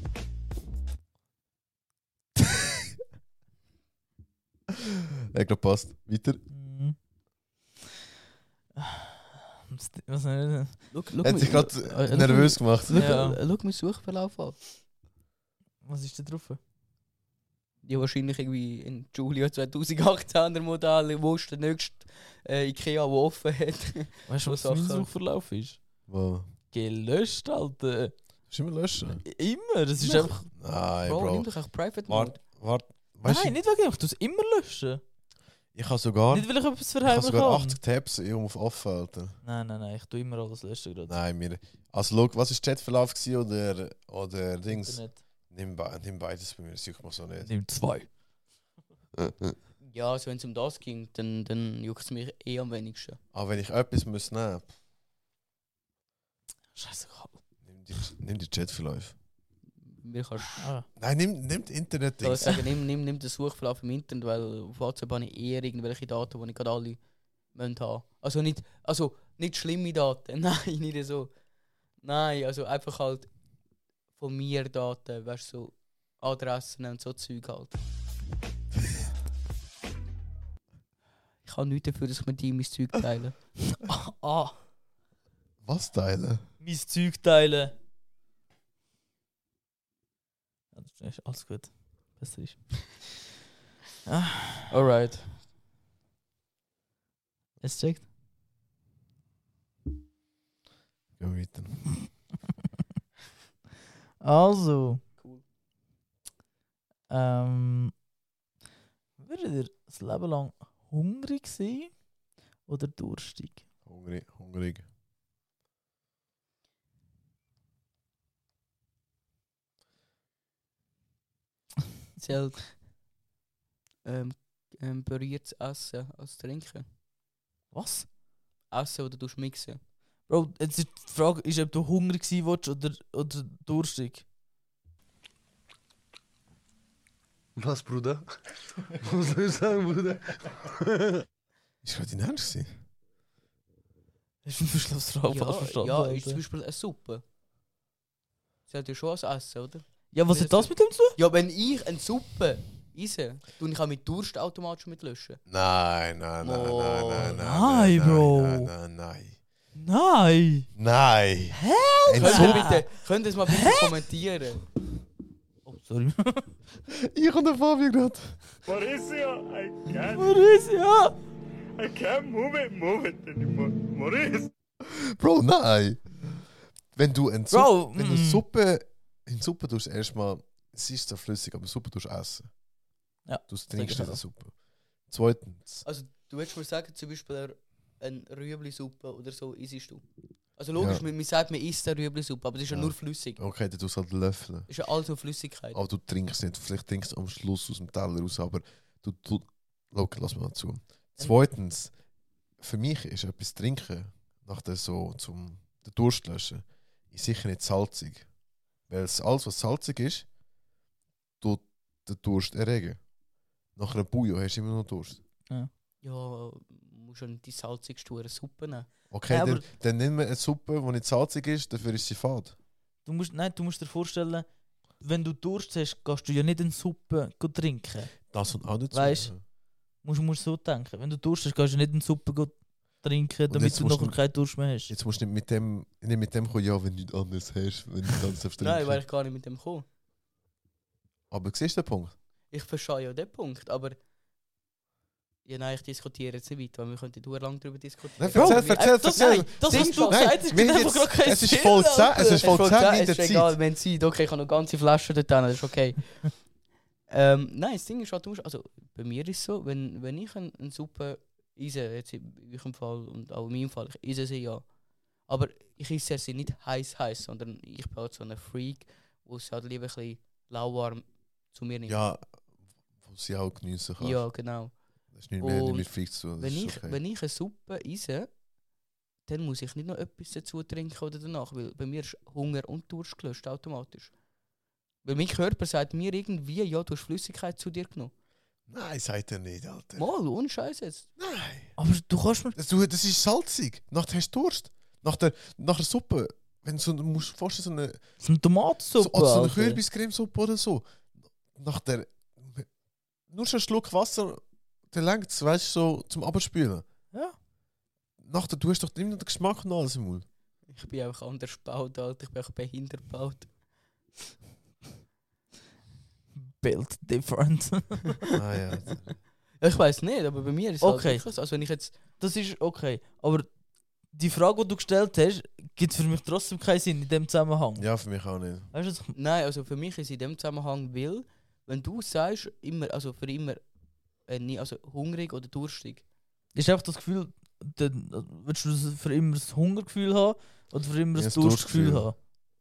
Ich glaube, passt. Weiter. Mhm. Was nicht? Hat sich gerade nervös gemacht. Schau meinen Suchverlauf an. Was ist da drauf? Ja, wahrscheinlich irgendwie in Julia 2018 der Modell, wo ist der nächste Ikea, der offen hat. Weißt du, was So mein Sachen. Suchverlauf ist? Wow. Gelöscht, Alter. Kannst du immer löschen? Immer, das ist Ja. einfach... Nein, Bro, nimm Bro. doch auch Private Mode. Warte. Weißt Nein, du, nicht wegen ich tue es immer löschen. ich habe sogar, Nicht, weil ich etwas ich verheimlichen habe sogar kann. 80 Tabs auf offen, Alter. Nein, ich tue immer alles löschen gerade. Nein, also, schau, was ist Chatverlauf gewesen oder Dings? Internet. Nimm beides bei mir, das juckt mir so nicht. Nimm 2. Ja, also wenn es um das ging, dann juckt es mich eh am wenigsten. Aber wenn ich etwas muss nehmen, Scheißegal. nimm die Chatverlauf. Mir kannst Ah. Nein, nimm die du Internet-Dings. sagen, nimm den Suchverlauf im Internet, weil auf WhatsApp habe ich eher irgendwelche Daten, die ich gerade alle haben müssen. Also nicht schlimme Daten, nein, nicht so. Nein, also einfach halt von mir Daten, weißt du, so Adressen und so Zeug halt. Ich habe nichts dafür, dass ich mit ihm mein Zeug teile. Was teilen? Mein Zeug teilen. Ja, das ist alles gut. Besser ist. Alright. Es checkt. Gehen wir weiter. Also. Cool. Würdet ihr das Leben lang hungrig sein oder durstig? Hungrig. Zählt berührtes Essen als Trinken. Was? Essen oder du mixen. Bro, jetzt ist die Frage, ist, ob du hungrig sein willst oder durstig. Was, Bruder? Was soll ich sagen, Bruder? Ist gerade dein Ernst gewesen? Hast du eine Verschlussfrage falsch verstanden? ja, Alter? ist zum Beispiel eine Suppe. Zählt ja schon als Essen, oder? Ja, was hat das mit dem zu tun? Ja, wenn ich eine Suppe esse, tue ich auch mit Durst automatisch mit löschen. Nein, Nein, Bro. Nein! Nein. Hä? Könnt ihr es mal bitte kommentieren? Oh, sorry. Ich und der Fabio gerade. Mauricio, I can't move it anymore. Mauricio. Bro, nein. Wenn du eine Bro, wenn du Suppe in Suppe tust, erstmal, es ist so flüssig, aber Suppe tust essen. Ja, Du trinkst sag ich nicht so. Suppe. Zweitens, Also, du willst mir sagen, zum Beispiel eine Rüebli-Suppe oder so isst du. Also logisch, Ja. man sagt, man isst eine Rüebli-Suppe, aber es ist ja Ja. nur flüssig. okay, dann tust du halt löffeln. Es ist ja alles so Flüssigkeit. Aber du trinkst nicht. Vielleicht trinkst du am Schluss aus dem Teller raus, aber Look, lass mal zu. Zweitens, für mich ist etwas trinken, nach der so zum den Durst löschen, ist sicher nicht salzig. Weil alles, was salzig ist, tut den Durst erregen. Nach einer Bouillon hast du immer noch Durst. Ja, musst ja nicht die salzigste Suppe nehmen. Okay, Ja, aber- dann nehmen wir eine Suppe, die nicht salzig ist, dafür ist sie fad. Du musst dir vorstellen, wenn du Durst hast, gehst du ja nicht in Suppe trinken. Das und auch dazu. Weißt Musst so denken. Wenn du Durst hast, gehst du nicht in Suppe trinken, Und damit jetzt du musst nachher du- keinen Durst mehr hast. Jetzt musst du nicht mit dem kommen, ja, wenn du nichts anderes hast, wenn du nichts anderes darfst Nein, trinken. weil ich gar nicht mit dem komme. Aber siehst du den Punkt? Ich verstehe ja den Punkt, aber... Ja, nein, ich diskutiere jetzt nicht weiter, weil wir könnten sehr lange darüber diskutieren. Nein, Bro, erzähl. Das, erzähl. das was du Nein, gesagt hast, wir gibt einfach jetzt- gerade keinen es ist Sinn, voll Alter. 10, es ist voll 10 mit ist der egal, Zeit. wenn es Zeit, okay, ich habe noch ganze Flaschen dort drin, das ist okay. Nein, das Ding ist halt, also bei mir ist es so, wenn ich eine Suppe esse, jetzt in eurem Fall und auch in meinem Fall, ich esse sie ja. Aber ich esse sie nicht heiß, sondern ich bin halt so ein Freak, wo es halt lieber ein bisschen lauwarm zu mir nimmt. Ja, wo sie auch geniessen kann. Ja, genau. Das ist nicht mehr Und mit Freaks zu tun. Wenn ich eine Suppe esse, dann muss ich nicht noch etwas dazu trinken oder danach, weil bei mir ist Hunger und Durst gelöscht automatisch. Weil mein Körper sagt mir irgendwie, ja, du hast Flüssigkeit zu dir genommen. Nein, sagt er nicht, Alter. Mal, ohne Scheiß jetzt. Nein. Aber du kannst mir... Das ist salzig. Nachher hast du Durst. Nach der Suppe, wenn du musst dir vorstellen, so eine, Das ist eine Tomatensuppe, so eine Alter. Kürbiscremesuppe oder so. Nach der... Nur schon einen Schluck Wasser, der langt, weißt du, so zum Abspülen. Ja. nachher, du hast doch immer noch den Geschmack und alles im Mund. Ich bin einfach anders gebaut, Alter. Ich bin einfach behindert gebaut. Built different. Ah ja. Ich weiß nicht, aber bei mir ist es Okay. halt wirklich so. Also wenn ich jetzt... Das ist okay. Aber die Frage, die du gestellt hast, gibt für mich trotzdem keinen Sinn in dem Zusammenhang. Ja, für mich auch nicht. Weißt du, was ich Nein, also für mich ist in dem Zusammenhang, weil, wenn du sagst, immer, also für immer, also hungrig oder durstig. ist einfach das Gefühl, dann willst du für immer das Hungergefühl haben oder für immer Ja, das das Durstgefühl Durstgefühl. haben?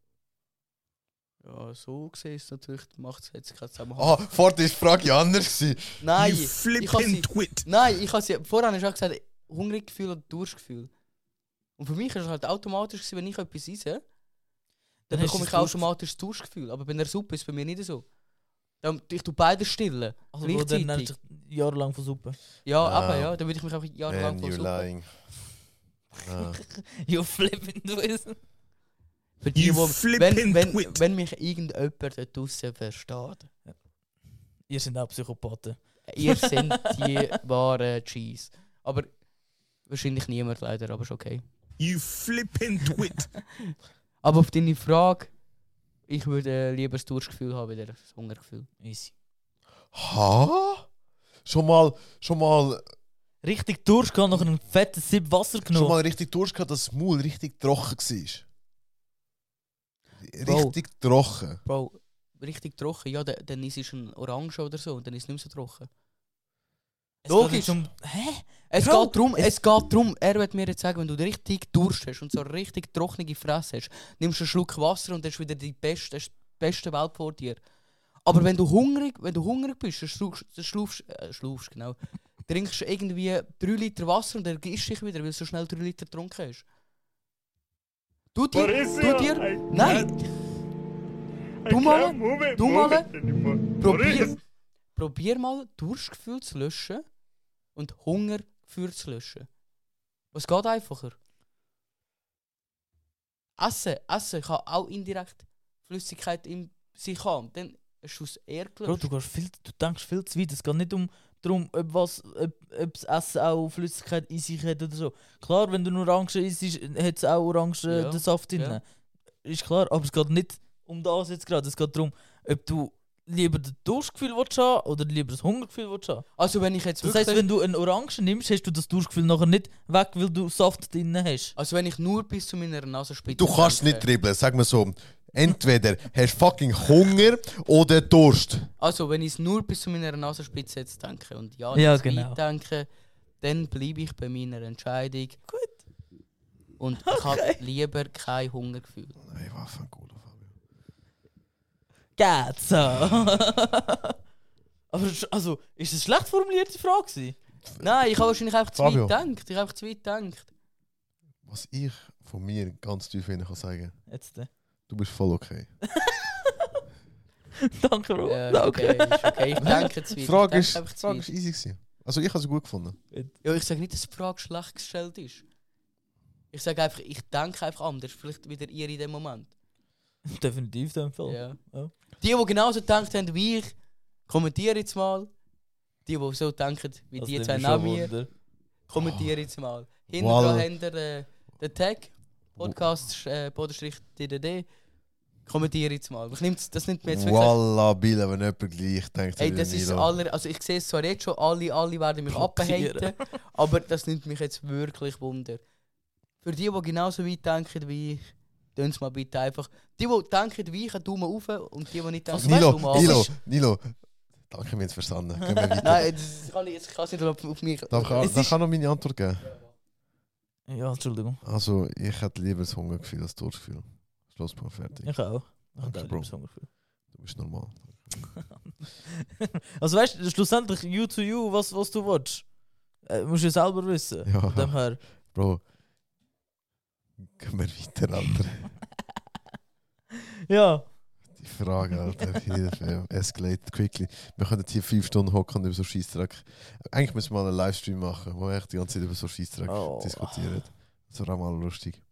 Ja, so gesehen ist es natürlich, macht es jetzt keinen Zusammenhang. Ah, vorher war die Frage anders gewesen. Nein, You ich has flipping sie, twit. nein, ich habe sie, vorhin hast du auch gesagt, Hungergefühl oder Durstgefühl. Und für mich ist es halt automatisch gewesen, wenn ich etwas esse, dann hast bekomme du ich das automatisch das Durstgefühl. Aber bei einer Suppe ist es bei mir nicht so. Ich tue beides stillen. Also, Bro, dann gleichzeitig. nennst du dich jahrelang von Suppe. Ja, Ah. aber ja, dann würde ich mich einfach jahrelang Man, von you Suppe. lying. Ah. You flipping twist. Für die, You wo, flipping wenn twit. wenn mich irgendjemand da draussen versteht, Ihr seid auch Psychopathen. ihr seid die wahren Cheese. Aber wahrscheinlich niemand leider, aber ist okay. You flipping twit. Aber auf deine Frage, ich würde lieber das Durstgefühl haben als das Hungergefühl. Easy. Ha? Schon mal Richtig durchgehen, nach einem fetten Sip Wasser schon genommen. mal richtig durchgehabt, dass das Maul richtig trocken war. Bro. Richtig trocken. Bro, richtig trocken, ja, dann ist es ein Orange oder so und dann ist es nicht mehr so trocken. Es Logisch. geht jetzt um- Hä? Es Bro, geht darum, er wird mir jetzt sagen, wenn du richtig Durst hast und so richtig trockene Fresse hast, nimmst du einen Schluck Wasser und dann ist wieder die beste Welt vor dir. Aber wenn du hungrig bist, dann schlufst, genau. Trinkst du irgendwie 3 Liter Wasser und dann gehst du dich wieder, weil du so schnell 3 Liter getrunken hast. Du dir, nein, Du mal, probier mal Durstgefühl zu löschen und Hungergefühl zu löschen. Was geht einfacher? Essen kann auch indirekt Flüssigkeit in sich haben. Dann hast du es eher Bro, gelöscht. du denkst viel zu weit. Es geht nicht darum, ob das Essen auch Flüssigkeit in sich hat oder so. Klar, wenn du nur Orangen isst, hat es auch Orangen Ja, den Saft drin. ja. Ist klar, aber es geht nicht um das jetzt gerade. Es geht darum, ob du lieber das Durstgefühl willst haben oder lieber das Hungergefühl willst haben. Also wenn ich jetzt Das wirklich, heisst, wenn du eine Orange nimmst, hast du das Durstgefühl nachher nicht weg, weil du Saft drin hast. also wenn ich nur bis zu meiner Nasenspitze Du kannst denke. nicht dribbeln, sag mal so. Entweder hast du fucking Hunger oder Durst. Also wenn ich es nur bis zu meiner Nasenspitze jetzt denke und ja, Ja, nicht genau. weit denke, dann bleibe ich bei meiner Entscheidung. Gut. Und ich habe lieber kein Hungergefühl. Nein, Waffen, gut. Geht so. Aber also, ist das schlecht formulierte Frage gewesen? Nein, ich habe wahrscheinlich einfach zu Fabio. weit gedacht. Ich habe einfach zu weit gedacht. Was ich von mir ganz tief innen kann sagen, Jetzt. du bist voll okay. Danke, Bro. Ja, ist Danke. okay, ist okay. Ich denke zu weit. Die Frage Ich ist, denke einfach zu Frage weit. ist easy gewesen. Also ich habe sie gut gefunden. Ja, ich sage nicht, dass die Frage schlecht gestellt ist. Ich sage einfach, ich denke einfach anders. Vielleicht wieder ihr in dem Moment. Definitiv in dem Fall. Ja. Ja. Die genauso gedacht haben wie ich, kommentiere jetzt mal. Die so denken wie Das die nimmt zwei mich nach schon mir, Wunder. kommentiere jetzt mal. Hinten Voila. dran habt ihr den Tag, Podcast, _DDD. Kommentiere jetzt mal. Das nimmt mir jetzt wirklich... Voila, Billa, wenn jemand gleich denkt. Ey, wie das ist Nilo. also ich sehe es zwar jetzt schon, alle werden mich Blockieren. abhaten, aber das nimmt mich jetzt wirklich Wunder. Für die genauso weit denken wie ich, tun es mal bitte einfach. Die denken wie ich, einen Daumen auf und die nicht denken, Nilo, Daumen runter. Nilo. Danke, wir haben es verstanden. Gehen wir weiter. Nein, das kann ich kann es nicht auf mich. Darf Es ich ist- kann noch meine Antwort geben? Ja, Entschuldigung. Also, ich hätte lieber das Hungergefühl als das Durstgefühl. Schlusspunkt, fertig. Ich auch. Ich Danke, habe Bro. lieber Hungergefühl. Du bist normal. Also weißt du, schlussendlich you to you, was du willst. Musst du selber wissen. Ja. Von dem her. Bro. Gehen wir weiter, Alter. Ja. Die Frage, Alter. Hilfe. Escalate quickly. Wir können hier 5 Stunden hocken und über so Scheissdreck. Eigentlich müssen wir mal einen Livestream machen, wo wir echt die ganze Zeit über so Scheissdreck Oh. diskutieren. Das wäre auch mal lustig.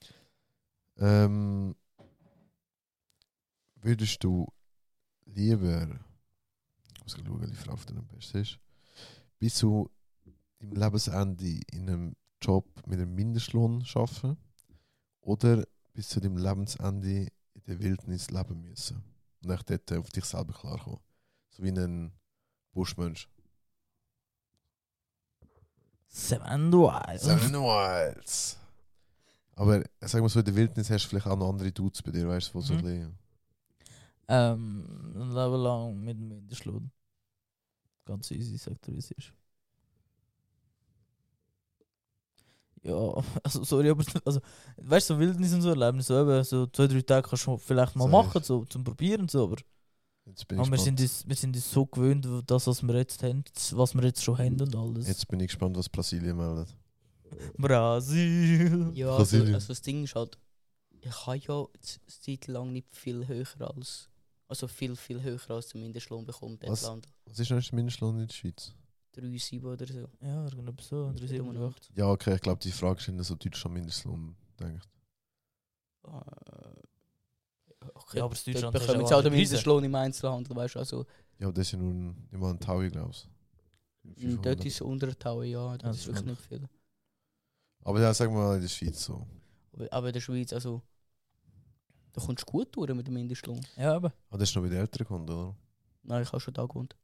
Würdest du lieber, ich muss schauen, welche Frau auf deinem Besten ist, bis zu deinem Lebensende in einem Job mit einem Mindestlohn arbeiten oder bis zu deinem Lebensende in der Wildnis leben müssen und echt dort auf dich selber klarkommen. So wie ein Buschmensch. Seven Wild. Seven Wilds. Aber sag mal so, in der Wildnis hast du vielleicht auch noch andere Dudes bei dir, weißt du, wo so ein bisschen... Ein Leben lang mit dem Mindestlohn. Ganz easy, sagt er, wie es ist. Ja, also sorry, aber also, weißt du, so Wildnis und so Erlebnis, so, eben, so 2-3 Tage kannst du vielleicht mal Safe. machen, so zum Probieren und so, aber Jetzt bin ich wir gespannt. sind uns so gewöhnt, das, was wir jetzt haben, was wir jetzt schon haben und alles. Jetzt bin ich gespannt, was Brasilien meldet. Brasil! Ja, Brasilien. also das Ding ist halt, ich habe ja eine Zeit lang nicht viel höher als, also viel höher als der Mindestlohn bekommen in Was? diesem Land. Was ist noch der Mindestlohn in der Schweiz? 3,7 oder so. Ja, irgendetwas so, 3,78. Ja, okay, ich glaube, die Frage ist nicht so Deutschland Mindestlohn, denkt. Okay, Ja, aber das dort Deutschland bekommen hast jetzt ja auch den andere Preise. Mindestlohn im Einzelhandel, weißt du, also Ja, aber das ist ja nur nicht mal ein Taui, glaube ich. dort ist es unter der Taue, ja, das Ja, ist das wirklich stimmt. nicht viel. Aber ja, sagen wir mal in der Schweiz so. Aber in der Schweiz, also, da kommst du gut durch mit dem Mindestlohn. Ja, aber. Ah, das ist noch bei den Eltern gekommen, oder? Nein, ich habe schon da gewohnt.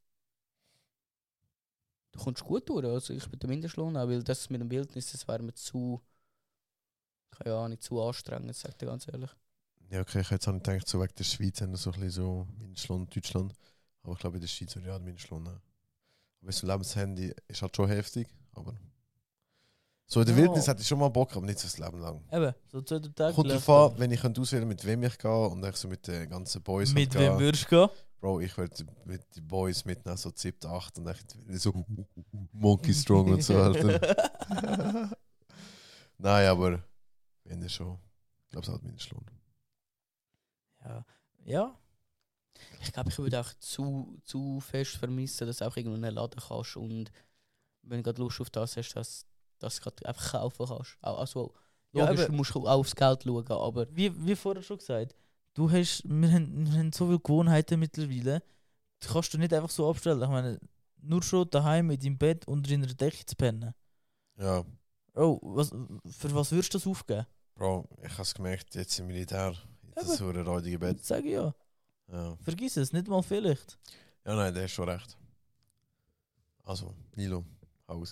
Du kommst gut durch, also ich mit dem Mindestlohn auch, weil das mit dem Wildnis, das wäre mir zu, keine Ahnung, zu anstrengend, sag ich dir ganz ehrlich. Ja, okay, ich hätte jetzt auch nicht gedacht, so wegen der Schweiz haben wir so ein bisschen so Mindestlohn in Deutschland. Aber ich glaube, in der Schweiz würde ich auch den Mindestlohn nehmen. Aber so ein Lebenshandy ist halt schon heftig, aber... So in der Ja. Wildnis hätte ich schon mal Bock, aber nicht so das Leben lang. Eben, so 2-3 Tage. Kommt vielleicht drauf an, dann. wenn ich auswählen könnte, mit wem ich gehe und ich so mit den ganzen Boys Mit halt wem gehe. würdest du gehen? Bro, ich würde mit den Boys mitnehmen, so 7, 8 und echt so Monkey Strong und so, Alter. Nein, aber wenn er schon. Ich glaube, es hat Mindestlohn. Ja. Ja. Ich glaube, ich würde auch zu fest vermissen, dass du auch irgendwo in einen Laden kannst und wenn du gerade Lust auf das hast, dass du gerade einfach kaufen kannst. Also, Ja, logisch, aber- du musst auch aufs Geld schauen, aber Wie vorher schon gesagt, wir haben so viele Gewohnheiten mittlerweile, die kannst du nicht einfach so abstellen. Ich meine, nur schon daheim in deinem Bett unter deiner Decke zu pennen. Ja, Oh, für was würdest du das aufgeben? Bro, ich habe es gemerkt, jetzt im Militär, in das so ein räudige Bett. Sag ich ja. Ja. Vergiss es, nicht mal vielleicht. Ja, nein, der ist schon recht. Also, Nilo, Hause.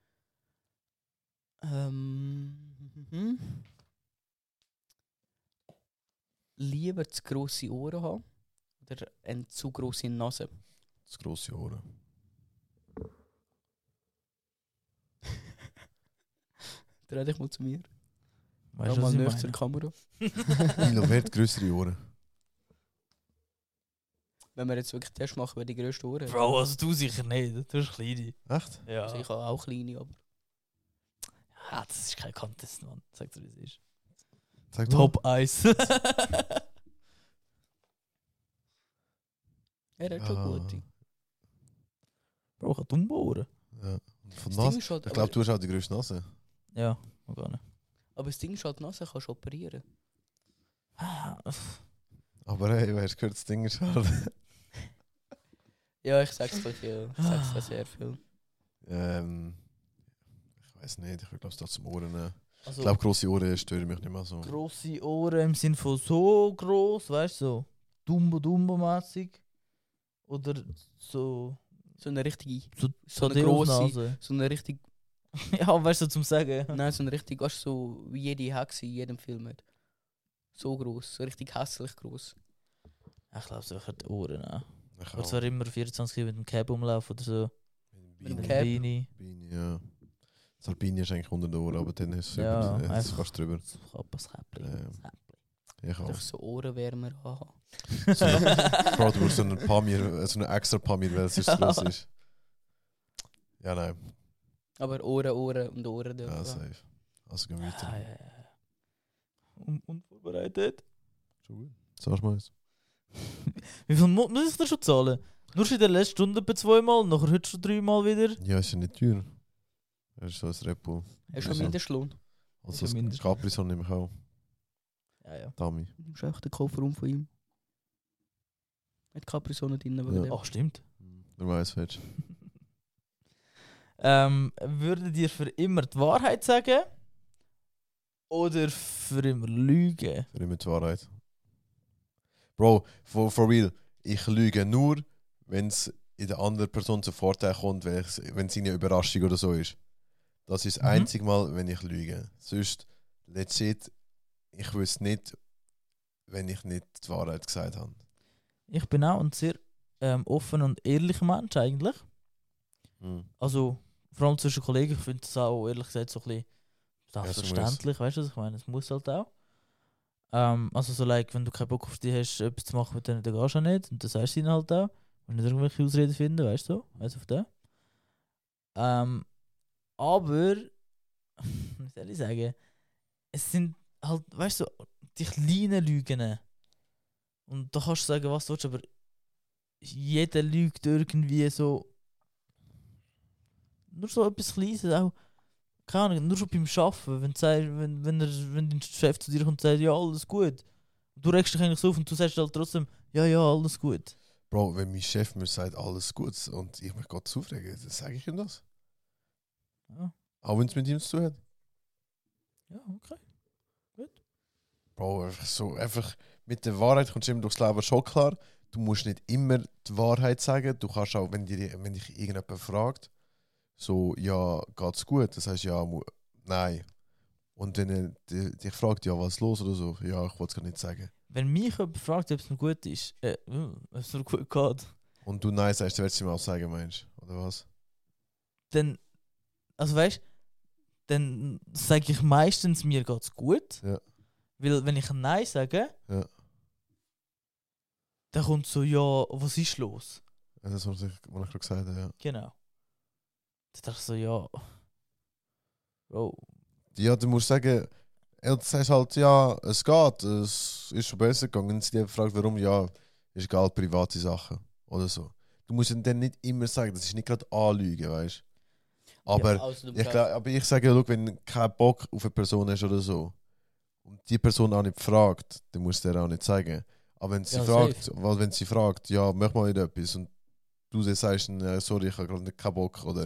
lieber zu grosse Ohren haben oder eine zu grosse Nase. Das grosse Ohren. Dreh dich mal zu mir. Weißt Schau du, mal was ich näher meine? zur Kamera. Nilo, wer hat grössere Ohren? Wenn wir jetzt wirklich Test machen, wer die grösste Ohren hat. Bro, also du sicher nicht. Du bist kleine. Echt? Ja. Also ich habe auch kleine, aber Ah, das ist kein Contest, Mann. Sag dir, wie es ist. Sag mal. Top Eis. er hat schon Ah. gute. Bro, ich habe dumme Ohren. Ja. Und von Das Nase? Ding ist halt, Ich glaube, du hast auch die grösste Nase. Ja, gar nicht. aber das Ding ist halt, die Nase kannst du operieren. Aber hey, wer gehört, das Ding ist halt... Ja, ich sag's dir viel. Ich sag's dir sehr viel. Ich weiß nicht, ich würde glaube es zum Ohren nehmen. Also, Ich glaube, grosse Ohren stören mich nicht mehr so. grosse Ohren im Sinn von so gross, weißt du, so Dumbo-Dumbo-mäßig. Oder so. So eine richtige, So, so eine Thaddeus-Nase. grosse, so eine richtig, Ja, weißt du, zum Sagen. nein, so eine richtig, weißt du, so wie jede Hexe in jedem Film hat. So gross, so richtig hässlich gross. Ich glaube, so die Ohren an. Ich Oder auch. zwar immer 24 mit dem Cap umlaufen oder so. Mit dem dem Cap. Beanie. Beanie, ja. Das Alpini ist eigentlich unter der Ohren, aber dann ist es Ja, über, jetzt einfach. fast drüber. So Kappas Käppli. Ja. Ich Doch auch. so Ohrenwärmer anhaben. Bro, du brauchst so einen Pamir, so einen extra Pamir, weil es so groß ist. Ja, nein. Aber Ohren und Ohren dürfen. Ja, safe. Also gehen wir Ja, weiter. ja, ja. Unvorbereitet. Schon gut. Sagst du mal eins? Wie viel muss ich dir schon zahlen? Nur schon in der letzten Stunde etwa 2-mal, nachher heute schon 3-mal wieder. Ja, ist ja nicht teuer. Das ist so ein Red Bull. Hast du schon Also- Mindestlohn? Also Ist ja das Mindestlohn. Capri-Son nehme ich auch. Ja, ja. Dami. Du nimmst echt den Kofferraum von ihm. Mit Capri-Sonne drin. wegen Ja. dem. Ach, stimmt. Wer weiß, fetch. Würdet ihr für immer die Wahrheit sagen? Oder für immer lügen? Für immer die Wahrheit. Bro, for real, ich lüge nur, wenn es in der anderen Person zu Vorteil kommt, wenn es eine Überraschung oder so ist. Das ist das einzige Mal, wenn ich lüge. Sonst, legit, ich wüsste nicht, wenn ich nicht die Wahrheit gesagt habe. Ich bin auch ein sehr offen und ehrlicher Mensch eigentlich. Mhm. Also, vor allem zwischen Kollegen, ich finde das auch ehrlich gesagt so ein bisschen es selbstverständlich, weißt du, was ich meine? Es muss halt auch. Also so like, wenn du keinen Bock auf dich hast, etwas zu machen mit denen, dann gehst du auch nicht. Und das sagst du ihnen halt auch. Und nicht irgendwelche Ausreden finden, weißt du so? Also auf den. Aber, wie soll ich sagen, es sind halt, weißt du, die kleinen Lügen. Und da kannst du sagen, was du willst, aber jeder lügt irgendwie so. Nur so etwas Kleines, auch, keine Ahnung, nur schon beim Arbeiten, wenn dein Chef zu dir kommt und sagt, ja, alles gut. Du regst dich eigentlich so auf und du sagst halt trotzdem, ja, alles gut. Bro, wenn mein Chef mir sagt, alles gut und ich mich gerade aufrege, dann sage ich ihm das. Ja, Auch wenn es mit ihm zu tun hat. ja okay. Bro, einfach mit der Wahrheit kommst du immer durchs Leben schon klar. Du musst nicht immer die Wahrheit sagen. Du kannst auch, wenn dich irgendjemand fragt, so, ja, geht's gut? Das heißt ja, nein. Und wenn er dich fragt, ja, was ist los oder so, ja, ich wollte es gar nicht sagen. Wenn mich jemand fragt, ob es mir gut ist, ob es mir gut geht, Und du nein sagst, dann wirst du ihm auch sagen, meinst du? Oder was? dann, also weißt, dann sage ich meistens, mir geht's gut. Ja. Weil wenn ich Nein sage, Ja. dann kommt so, ja, was ist los? Das ist, was ich gerade gesagt habe, ja. Genau. Dann dachte ich so, ja, Bro, Ja, du musst sagen, du sagst halt, ja, es geht, es ist schon besser gegangen. Wenn sie dich fragt, warum, ja, ist egal, private Sachen oder so. Du musst ihnen dann nicht immer sagen, das ist nicht gerade anlügen, weißt du. Aber, Ja, also ich sage, ja, schau, wenn du keinen Bock auf eine Person hast oder so und die Person auch nicht fragt, dann musst du dir auch nicht sagen. Aber wenn sie Ja, fragt, weil wenn sie fragt, ja, mach mal nicht etwas und du dann sagst, sorry, ich habe gerade keinen Bock oder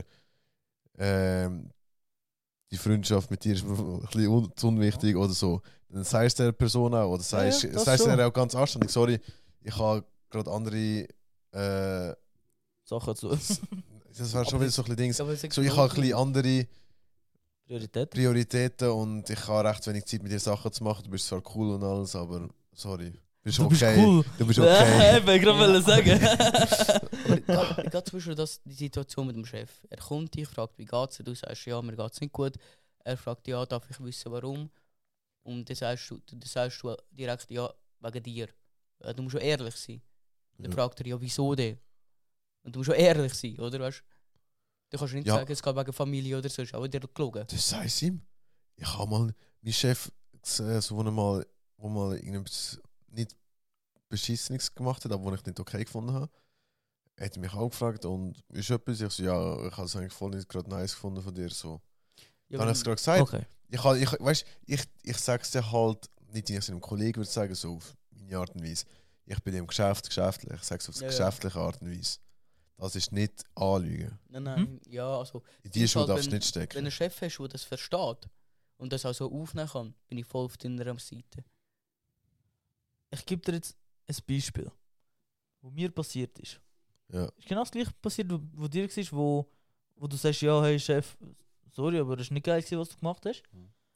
die Freundschaft mit dir ist mir ein bisschen zu unwichtig oder so, dann sagst du der Person auch oder sagst das sagst schon. dir auch ganz anständig, sorry, ich habe gerade andere Sachen zu das wäre schon wieder so ein bisschen Dings. Aber es ist So, ich habe ein bisschen andere Priorität. Prioritäten und ich habe recht wenig Zeit mit dir Sachen zu machen. Du bist zwar cool und alles, aber sorry. Du bist okay. cool. Du bist okay. Ich wollte gerade sagen. Aber gerade zum Beispiel die Situation mit dem Chef. Er kommt dich, fragt, wie geht's dir? Du sagst, ja, mir geht's nicht gut. Er fragt, ja, darf ich wissen, warum? Und dann sagst du direkt, ja, wegen dir. Du musst schon ehrlich sein. Dann Ja. fragt er, ja, wieso denn? Und du musst schon ehrlich sein, oder? Weißt? Du kannst nicht Ja. sagen, es geht wegen Familie oder so, ist auch wieder gelogen. Das sagst du ihm. Ich habe mal mein Chef gesehen, so, wo mal irgendetwas nicht Beschissenes gemacht hat, aber wo ich nicht okay gefunden habe. Er hat mich auch gefragt und ist etwas, ich so, ja, ich habe es eigentlich voll nicht gerade nice gefunden von dir. So. Ja, Dann habe ich es gerade gesagt. Okay. Ich sage es dir halt, nicht wie ich es einem Kollegen würde sagen, so auf meine Art und Weise. Ich bin im Geschäft geschäftlich, ich sage es auf Ja, ja. geschäftliche Art und Weise. Das ist nicht Anlügen. Nein, ja, also... In die ist Schuhe halt, darfst du wenn- nicht stecken. Wenn ein Chef hast, der das versteht und das auch so aufnehmen kann, bin ich voll auf deiner Seite. Ich gebe dir jetzt ein Beispiel, was mir passiert ist. Ja. Ist genau das gleiche passiert, wo dir war, wo du sagst, ja, hey Chef, sorry, aber das war nicht geil, gewesen, was du gemacht hast.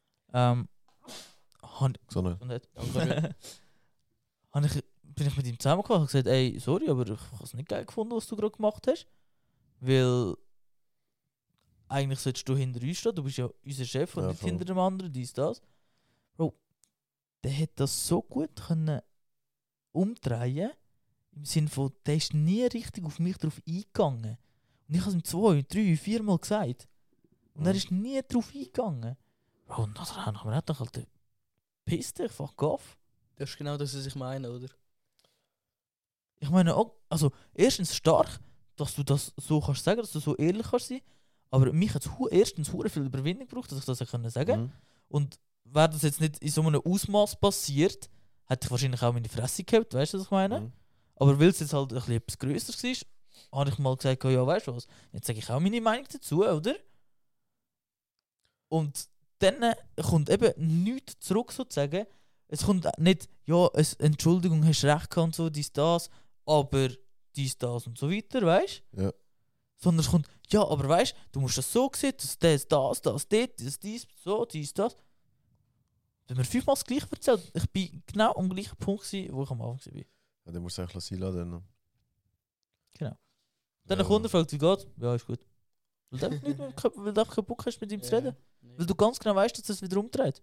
So nicht. Bin ich mit ihm zusammengekommen und gesagt, ey, sorry, aber ich habe es nicht geil gefunden, was du gerade gemacht hast. Weil eigentlich solltest du hinter uns stehen, du bist ja unser Chef und Ja, nicht voll. hinter dem anderen, dies, das. Bro, der hat das so gut können umdrehen, im Sinne von, der ist nie richtig auf mich drauf eingegangen. Und ich habe es ihm 2, 3, 4 Mal gesagt. Und er ist nie drauf eingegangen. Bro, und nachher haben wir dann halt piss dich, fuck off. Das ist genau das, was ich meine, oder? Ich meine, auch, also erstens stark, dass du das so kannst sagen, dass du so ehrlich kannst sein. Aber mich hat es erstens hure viel Überwindung gebraucht, dass ich das können sagen. Mhm. Und wäre das jetzt nicht in so einem Ausmaß passiert, hätte ich wahrscheinlich auch meine Fresse gehabt, weißt du, was ich meine? Mhm. Aber weil es jetzt halt ein bisschen etwas Größeres war, habe ich mal gesagt, ja, weißt du was, jetzt sage ich auch meine Meinung dazu, oder? Und dann kommt eben nichts zurück sozusagen. Es kommt nicht, ja, Entschuldigung, hast recht gehabt und so, dies, das, aber dies, das und so weiter, weißt du? Ja. Sondern es kommt, ja, aber weißt du, musst das so sehen, das, dort, dies, so, dies, das. Wenn mir 5-mal das Gleiche erzählt, ich bin genau am gleichen Punkt gewesen, wo ich am Anfang war. Ja, dann musst du eigentlich einladen. Genau. Dann der Kunde fragt, wie geht's? Ja, ist gut. Weil du einfach nicht mehr, weil du einfach keinen Bock hast, mit ihm zu reden. Weil du ganz genau weißt, dass es wieder umdreht.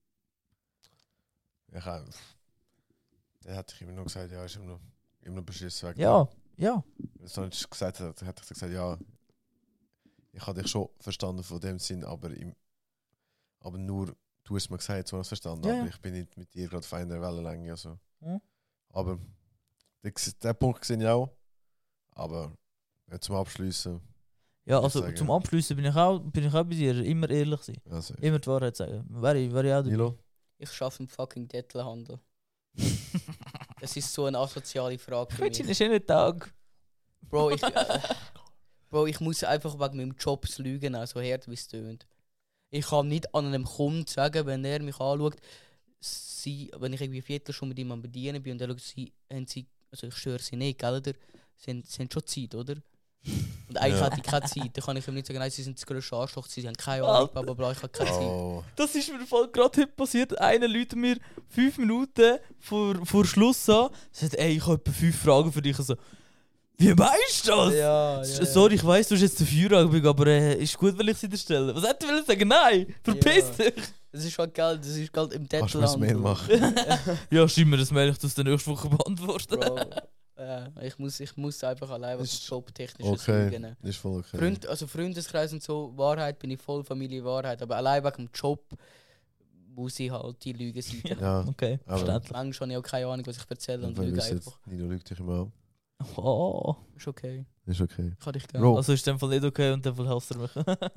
Dann hätte ich immer noch gesagt, ja, ist immer noch beschissen weg. Ja, ja. Wenn es noch nicht gesagt hat, hätte ich gesagt, ja, ich habe dich schon verstanden von dem Sinn, aber nur, du hast mir gesagt, so habe ich es verstanden, Ja, aber ja. ich bin nicht mit dir gerade auf einer Wellenlänge. Also. Mhm. Aber den Punkt sehe ich auch. Aber zum Abschließen. Ja, Ich also sage- zum Abschließen bin ich auch bei dir immer ehrlich sein. Also, Immer die Wahrheit sagen. Wäre ich auch dabei. Nilo? Ich arbeite im fucking Dettelhandel. Das ist so eine asoziale Frage für Wünsch dir mich. einen schönen Tag. Bro, ich muss einfach wegen meinem Job lügen, so hart wie es tönt. Ich kann nicht an einem Kunden sagen, wenn er mich anschaut, wenn ich irgendwie eine Viertelstunde mit ihm am Bedienen bin und er schaut, also ich störe sie nicht, gell, oder? Sie haben schon Zeit, oder? Und eigentlich Ja. hatte ich keine Zeit. Dann kann ich ihm nicht sagen, nein, sie sind das grösste Arschloch, sie haben keine Ahnung, bla bla bla, ich habe keine Zeit. Oh. Das ist mir voll gerade heute passiert. Einer läutet mir 5 Minuten vor Schluss an. Sagt, ey, ich habe etwa 5 Fragen für dich. Also, wie weißt du das? Ja, Sorry, ich weiss, du hast jetzt eine Feierabend, aber ist gut, weil ich sie dir stelle. Was hätte ich sagen? Nein, verpiss dich! Das ist halt Geld, das ist Geld im Kannst du mir ein Dettelhandel. Mail machen? Ja, schreib mir das Mail, ich das dann nächste Woche beantworten. Bro, ich muss einfach allein was Ist jobtechnisches Okay, lügen. ist voll okay. Freundeskreis und so, Wahrheit bin ich voll, Familie Wahrheit, aber allein wegen dem Job muss ich halt die Lügen sein. Ja, Okay, aber- verständlich. Manchmal habe ich auch keine Ahnung, was ich erzähle und weil lüge wir jetzt einfach. Nilo lügt dich immer an. Oh. Ist okay, Ist okay. kann ich gerne. Bro, Also ist in dem Fall nicht okay und in dem Fall hasst er mich.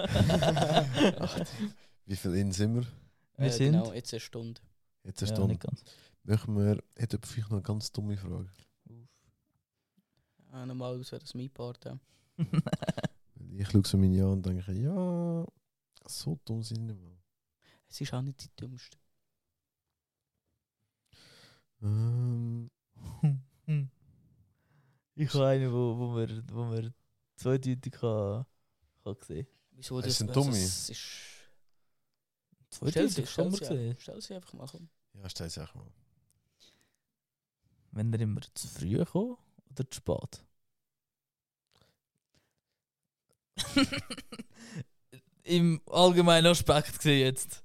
wie viel in sind wir? Wir sind... Genau, jetzt eine Stunde. Jetzt eine Ja, Stunde. nicht ganz. Hätte vielleicht noch eine ganz dumme Frage. Normal aus das Meatpart. Ich schaue so meine an und denke, ja, so dumm sind die nicht mal. Es ist auch nicht die dümmste. Ich habe einen, wo man zweideutig kann sehen. Wieso Es sind also, Dumme. es ist... Zweideutig kann man sehen. Stell sie einfach mal komm. Ja, stell es einfach mal. Wenn er immer zu früh kommt oder zu spät? Im allgemeinen Aspekt gesehen jetzt.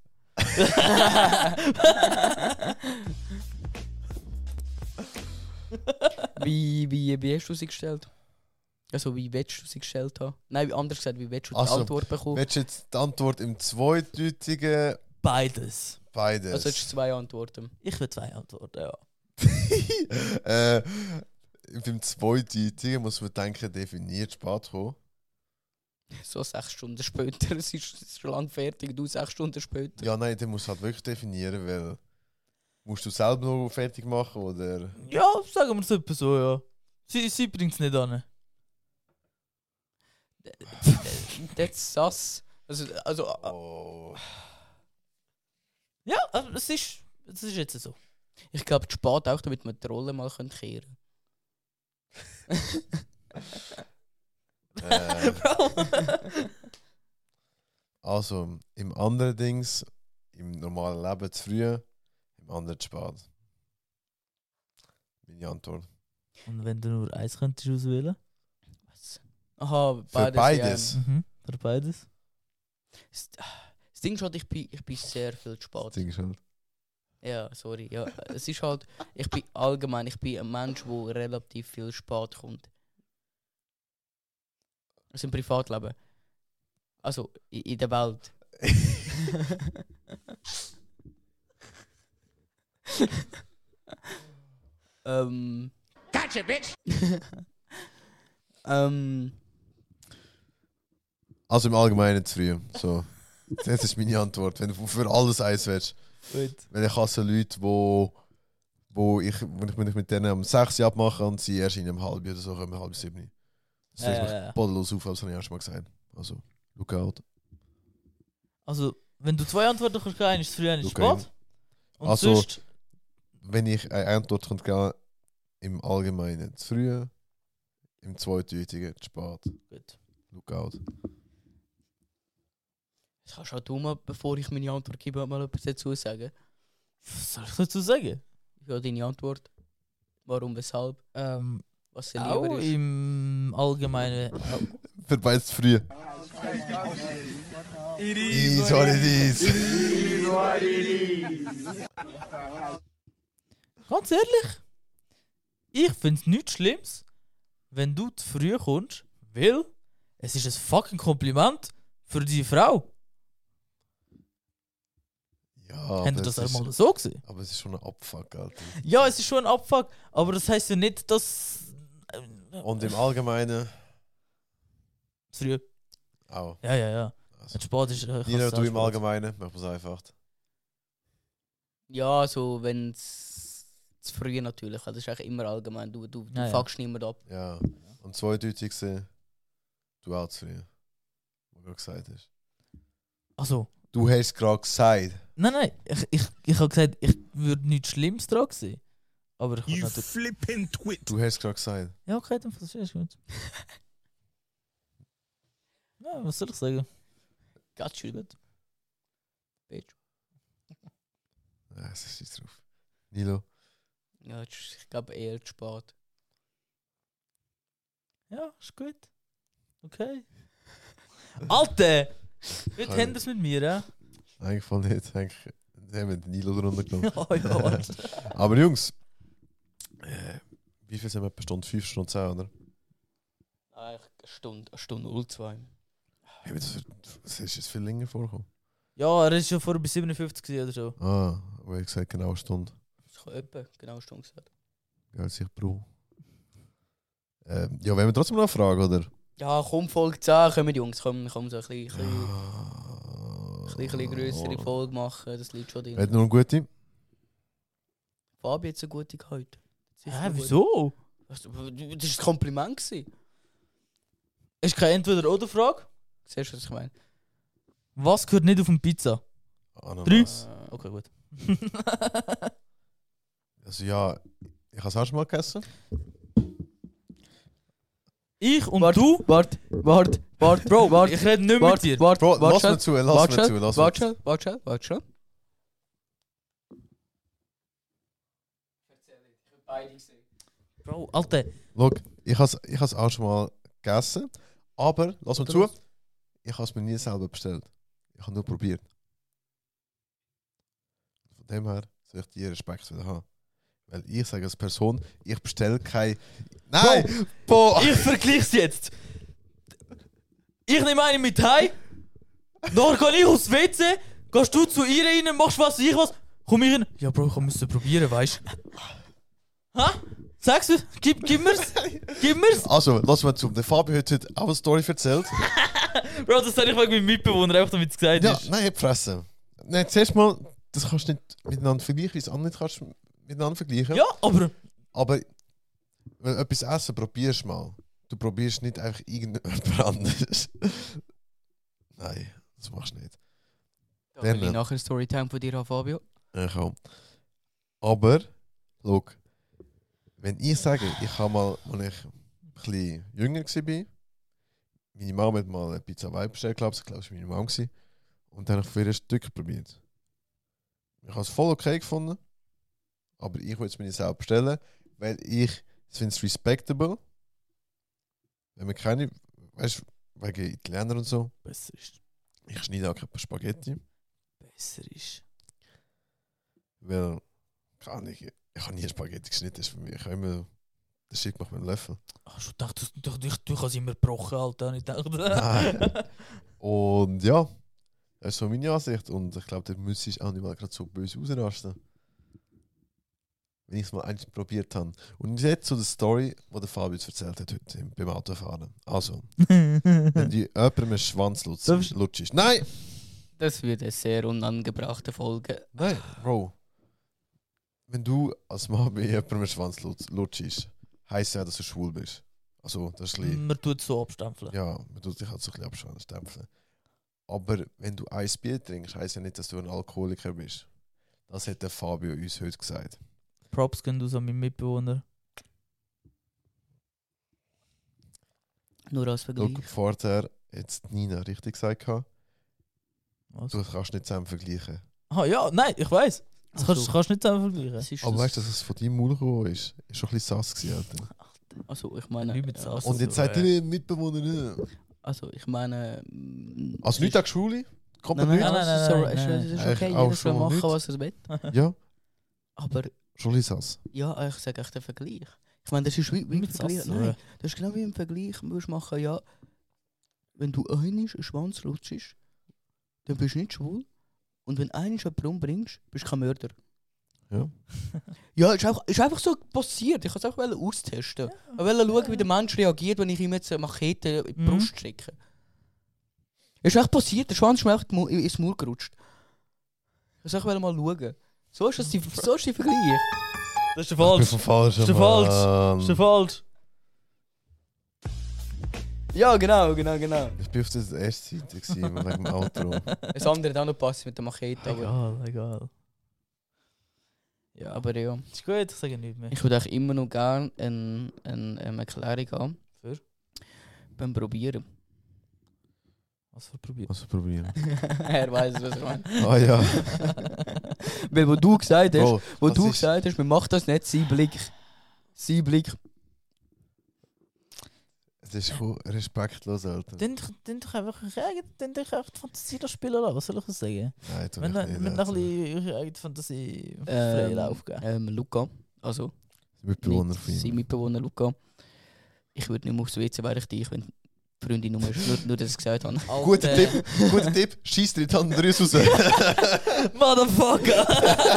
Wie hast du sie gestellt? Also wie willst du sie gestellt haben? Nein, anders gesagt, wie willst du die Also, Antwort bekommen? Willst du jetzt die Antwort im zweideutigen Beides. beides? Also hast du 2 Antworten. Ich will 2 Antworten, ja. Beim zweideutigen muss man denken, definiert spät kommen. So 6 Stunden später, es ist schon lange fertig, du 6 Stunden später. Ja, nein, den musst du halt wirklich definieren, weil musst du selber noch fertig machen oder? Ja, sagen wir es etwa so, ja. Sie bringt es nicht an. That's sus. Also Oh. Ja, aber es ist jetzt so. ich glaube, die Spät auch, damit man die Rolle mal kehren Also, im anderen Dings, im normalen Leben zu früh, im anderen zu spät. Meine Antwort. Und wenn du nur eins könntest auswählen? Aha, Für beides? Für beides? Das Ding ist halt, ich bin sehr viel zu spät. Das Ding ist halt. Ja, sorry. Ja, es ist halt, ich bin ein Mensch, der relativ viel spät kommt. Also im Privatleben. Also in der Welt. Gotcha, bitch! Also im Allgemeinen zu früh. So. Das ist meine Antwort. Wenn du für alles eins willst. Gut. Weil ich hasse Leute, wo ich mit denen um 6 Uhr abmache und sie erst in um halb oder so kommen, halb 7. Das regt mich Ja. bodenlos auf, das habe ich auch schon mal gesagt. Also, look out. Also, wenn du 2 Antworten kannst, eine ist früh, eine ist Okay. spät. Und Also- sonst... Wenn ich eine Antwort könnte geben, im Allgemeinen zu früh, im Zweideutigen zu spät. Gut. Look out. Das kannst auch du mal, bevor ich meine Antwort gebe, mal etwas dazu sagen. Was soll ich dazu sagen? Ja, deine Antwort. Warum, weshalb, was dir Auch lieber ist. im Allgemeinen... Für beides zu früh. It Is what it is. Ganz ehrlich, ich finde es nichts Schlimmes, wenn du zu früh kommst, weil es ist ein fucking Kompliment für die Frau. Ja, Habt ihr aber das es auch ist, mal so gesehen? aber es ist schon ein Abfuck, Alter. Ja, es ist schon ein Abfuck, aber das heisst ja nicht, dass... Und im Allgemeinen Zu früh. auch. Ja. Also, Wenn spät ist... Nina, kann's du auch im spät. Allgemeinen, mach es einfach. Ja, so, wenn es zu früh natürlich. Das ist eigentlich immer allgemein. Du Ja, ja. fuckst niemand ab. Ja. Und zweideutig gesehen, du auch zu früh. Was du gesagt hast. Also, Du hast gerade gesagt. nein, ich habe gesagt, ich würde nichts Schlimmes dran sehen. Aber ich kann You natürlich... flipping twit. Du hast gerade gesagt. Ja, okay, dann das ist gut. Ja, was soll ich sagen? Got you. Gut. Bitch. Ja, es ist drauf. Nilo. Ja, ich glaube eher zu spät. Ja, ist gut. Okay. Alter! Heute Kann- haben das mit mir, ja? Eigentlich voll nicht. Eigentlich haben wir den Nilo drunter genommen. Ja, ja. Aber Jungs, wie viel sind wir per Stunde? 5 Stunden 10, oder? Eigentlich eine Stunde 02. Hey, das ist jetzt viel länger vorgekommen. Ja, er ist schon vorher bei 57 gewesen oder so. Ah, aber ich gesagt genau eine Stunde. Das kann etwa genau eine Stunde gesagt. Ja, sich Bro. Ja, wollen wir trotzdem noch eine Frage, oder? Ja, komm, Folge 10, kommen Jungs. Komm so ein bisschen Ja. größere Folge machen. Das liegt schon Hat drin. noch eine gute? Fabi hat so gute gehalten. Hä, wieso? Das war ein Kompliment gewesen. Ist keine Entweder-oder-Frage. Siehst du, was ich meine? Was gehört nicht auf eine Pizza? Ananas. Okay, gut. Also ja, ich habe es auch schon mal gegessen. Ich und Warte, du? Warte, Bro, warte, ich rede nicht mit warte, dir. warte, Bro, lass warte, mir zu, lass warte, mir zu, lass mir zu. warte. Bro, Alter. Look, ich has auch schon mal gegessen, aber, lass mir zu, ich habe es mir nie selber bestellt. Ich habe nur probiert. Von dem her soll ich dir Respekt wieder haben. Weil ich sage als Person, ich bestelle kein... Nein! Boah! Ich vergleich's jetzt. Ich nehme eine mit heim. Nachher gehe ich aufs WC. Gehst du zu ihr rein, machst was, ich was. Komm ich rein. Ja, Bro, ich musste probieren, weißt du? Ha? Sag's mir. Gib mir's. Gib mir's. Also, lass mal zu. Der Fabi hat heute auch eine Story erzählt. Bro, das sage ich wegen meinem Mitbewohner, einfach damit es gesagt Ja, ist. nein, hab Fresse. Nein, zuerst mal, das kannst du nicht miteinander vergleichen, wie es andere kannst du miteinander vergleichen. Ja, aber... Aber wenn du etwas essen, probierst mal. Du probierst nicht einfach irgendjemand anderes. Nein, das machst du nicht. Da will ich nachher Storytime von dir an, Fabio. Ja, komm. Aber, look, wenn ich sage, ich habe mal, als ich ein bisschen jünger war, meine Mama hat mal eine Pizza Hawaii bestellt, glaube ich, es war meine Mama. gewesen. Und dann habe ich für ein Stück probiert. Ich habe es voll okay gefunden, aber ich will es mir nicht selber bestellen, weil ich finde es respectable. Wenn man keine, weißt du, wegen Italiener und so, Besser ist. ich schneide auch keine Spaghetti, Besser ist. weil, kann ich habe nie Spaghetti geschnitten, das ist für mich, ich habe immer den Shit gemacht mit einem Löffel. Ach, ich dachte, du hast immer gebrochen, Alter. Ich dachte... Nein. Und ja, das ist so meine Ansicht. Und ich glaube, da müsste ich auch nicht mal gerade so böse ausrasten. Wenn ich es mal eins probiert habe. Und jetzt zu der Story, die der Fabio jetzt erzählt hat heute beim Autofahren. Also, wenn du jemandem einen Schwanz lutschst. Nein! Das wird eine sehr unangebrachte Folge. Nein, Bro. Wenn du als Mann bei jemandem einen Schwanz lutschst, heisst ja, dass du schwul bist. Also, das ist ein bisschen, Man tut es so abstempeln. ja, man tut sich halt so ein bisschen abstempeln. Aber wenn du ein Bier trinkst, heisst ja nicht, dass du ein Alkoholiker bist. Das hat der Fabio uns heute gesagt. Props gehen aus an meinen Mitbewohner. Nur als Vergleich. Schau, vorher hat es Nina richtig gesagt. Was? Du kannst nicht zusammen vergleichen. Ah ja, nein, ich weiß. Das Also, kannst du nicht zusammen vergleichen. Das ist Aber das- weißt du, dass es von deinem Mund gekommen ist? Ist schon ein bisschen sass gewesen, Alter. Also ich meine, Nicht mit Sass. Und jetzt sagt ihr Mitbewohner nicht. also ich meine, Also nicht an die Schule? Kommt nein, man nein, nicht? nein, also, nein, sorry, nein. es ist Eigentlich okay, auch jeder soll schon machen, nicht. was er will. Ja, Aber schon ein bisschen sass. ja, ich sage echt den Vergleich. Ich meine, das ist wie Mit ein Vergleich. Sass, Nein, oder? das ist genau wie im Vergleich. Du musst machen, ja, wenn du einen Schwanz lutschst, dann bist du nicht schwul. Und wenn einen jemanden umbringst, bist du kein Mörder. Ja. Ja, ist einfach so passiert. Ich wollte es einfach austesten. Ich wollte schauen, wie der Mensch reagiert, wenn ich ihm jetzt eine Machete in die Mhm. Brust stecke. Ist echt passiert. Der Schwanz ist mir echt ins Maul gerutscht. Ich wollte mal schauen. So ist der Vergleich. Das ist der Ich bin falsch. vom Falschen, Ist der falsch? Mann. Das ist der falsch. Ja, genau. Ich bin auf der ersten Seite gewesen, wegen dem Outro. Das andere hat auch noch passt mit der Machete. Aber, Egal. Ja, aber ja. ist gut, ich sage nichts mehr. Ich würde eigentlich immer noch gerne eine Erklärung haben. Für? Beim Probieren. Was für probiert? Was probieren? Er weiß, was ich meine. Ah ja. Weil wo du gesagt hast, Bro, das ist- man macht das nicht, sein Blick. Sein Blick. Es ist voll respektlos, Alter. Dann doch einfach die Fantasie spielen lassen, was soll ich sagen? Nein, tu Wenn mich wir nicht, noch ein Alter. bisschen eure eigene Fantasie freien Lauf geben. Luca, also Mitbewohner nicht von sein ihm. Mitbewohner Luca. Ich würde nicht mehr aufs WC, weil ich dich, wenn die Freundin nur ist. Nur, dass ich es gesagt habe. Guter Tipp, schieß dir die anderen raus. Motherfucker!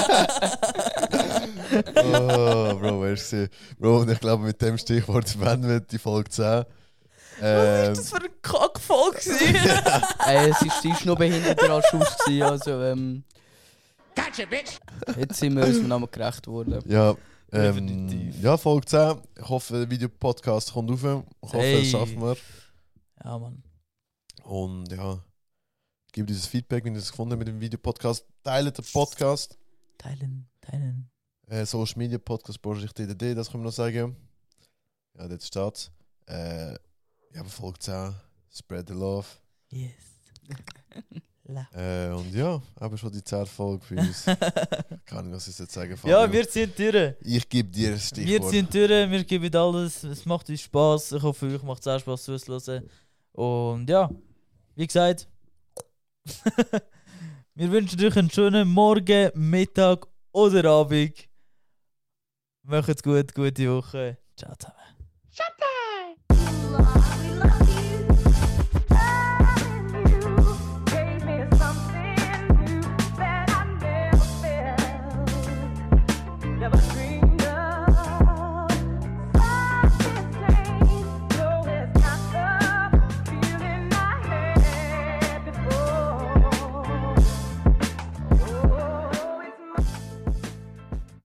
Oh, Bro, wer ist gesehen? Bro, und ich glaube, mit dem Stichwort wenden wir die Folge 10. Was ist das für eine Kackfolge gewesen? Sie ist noch behinderter als sonst gewesen, also Gotcha, bitch! jetzt sind wir unserem Namen gerecht worden. Ja, Definitiv. ja, Folge 10. Ich hoffe, der Videopodcast kommt rauf. Ich hoffe, Hey. das schaffen wir. Ja, Mann. Und ja, gebt uns Feedback, wenn ihr es gefunden habt mit dem Videopodcast. Teilt den Podcast. Teilen. Social Media Podcast, Projekt DDD, das können wir noch sagen. Ja, dort steht ja, aber Folge 10. Spread the love. Yes. Und ja, aber schon die 10. Folge für uns. Kann ich was ich jetzt sagen, Ja, Fabio? wir sind durch. Ich gebe dir ein Wir Stichwort. sind durch, wir geben alles. Es macht uns Spaß. Ich hoffe, euch macht es auch Spaß zuzuhören. Und ja, wie gesagt, wir wünschen euch einen schönen Morgen, Mittag oder Abend. Macht's gut, gute Woche. Ciao zusammen.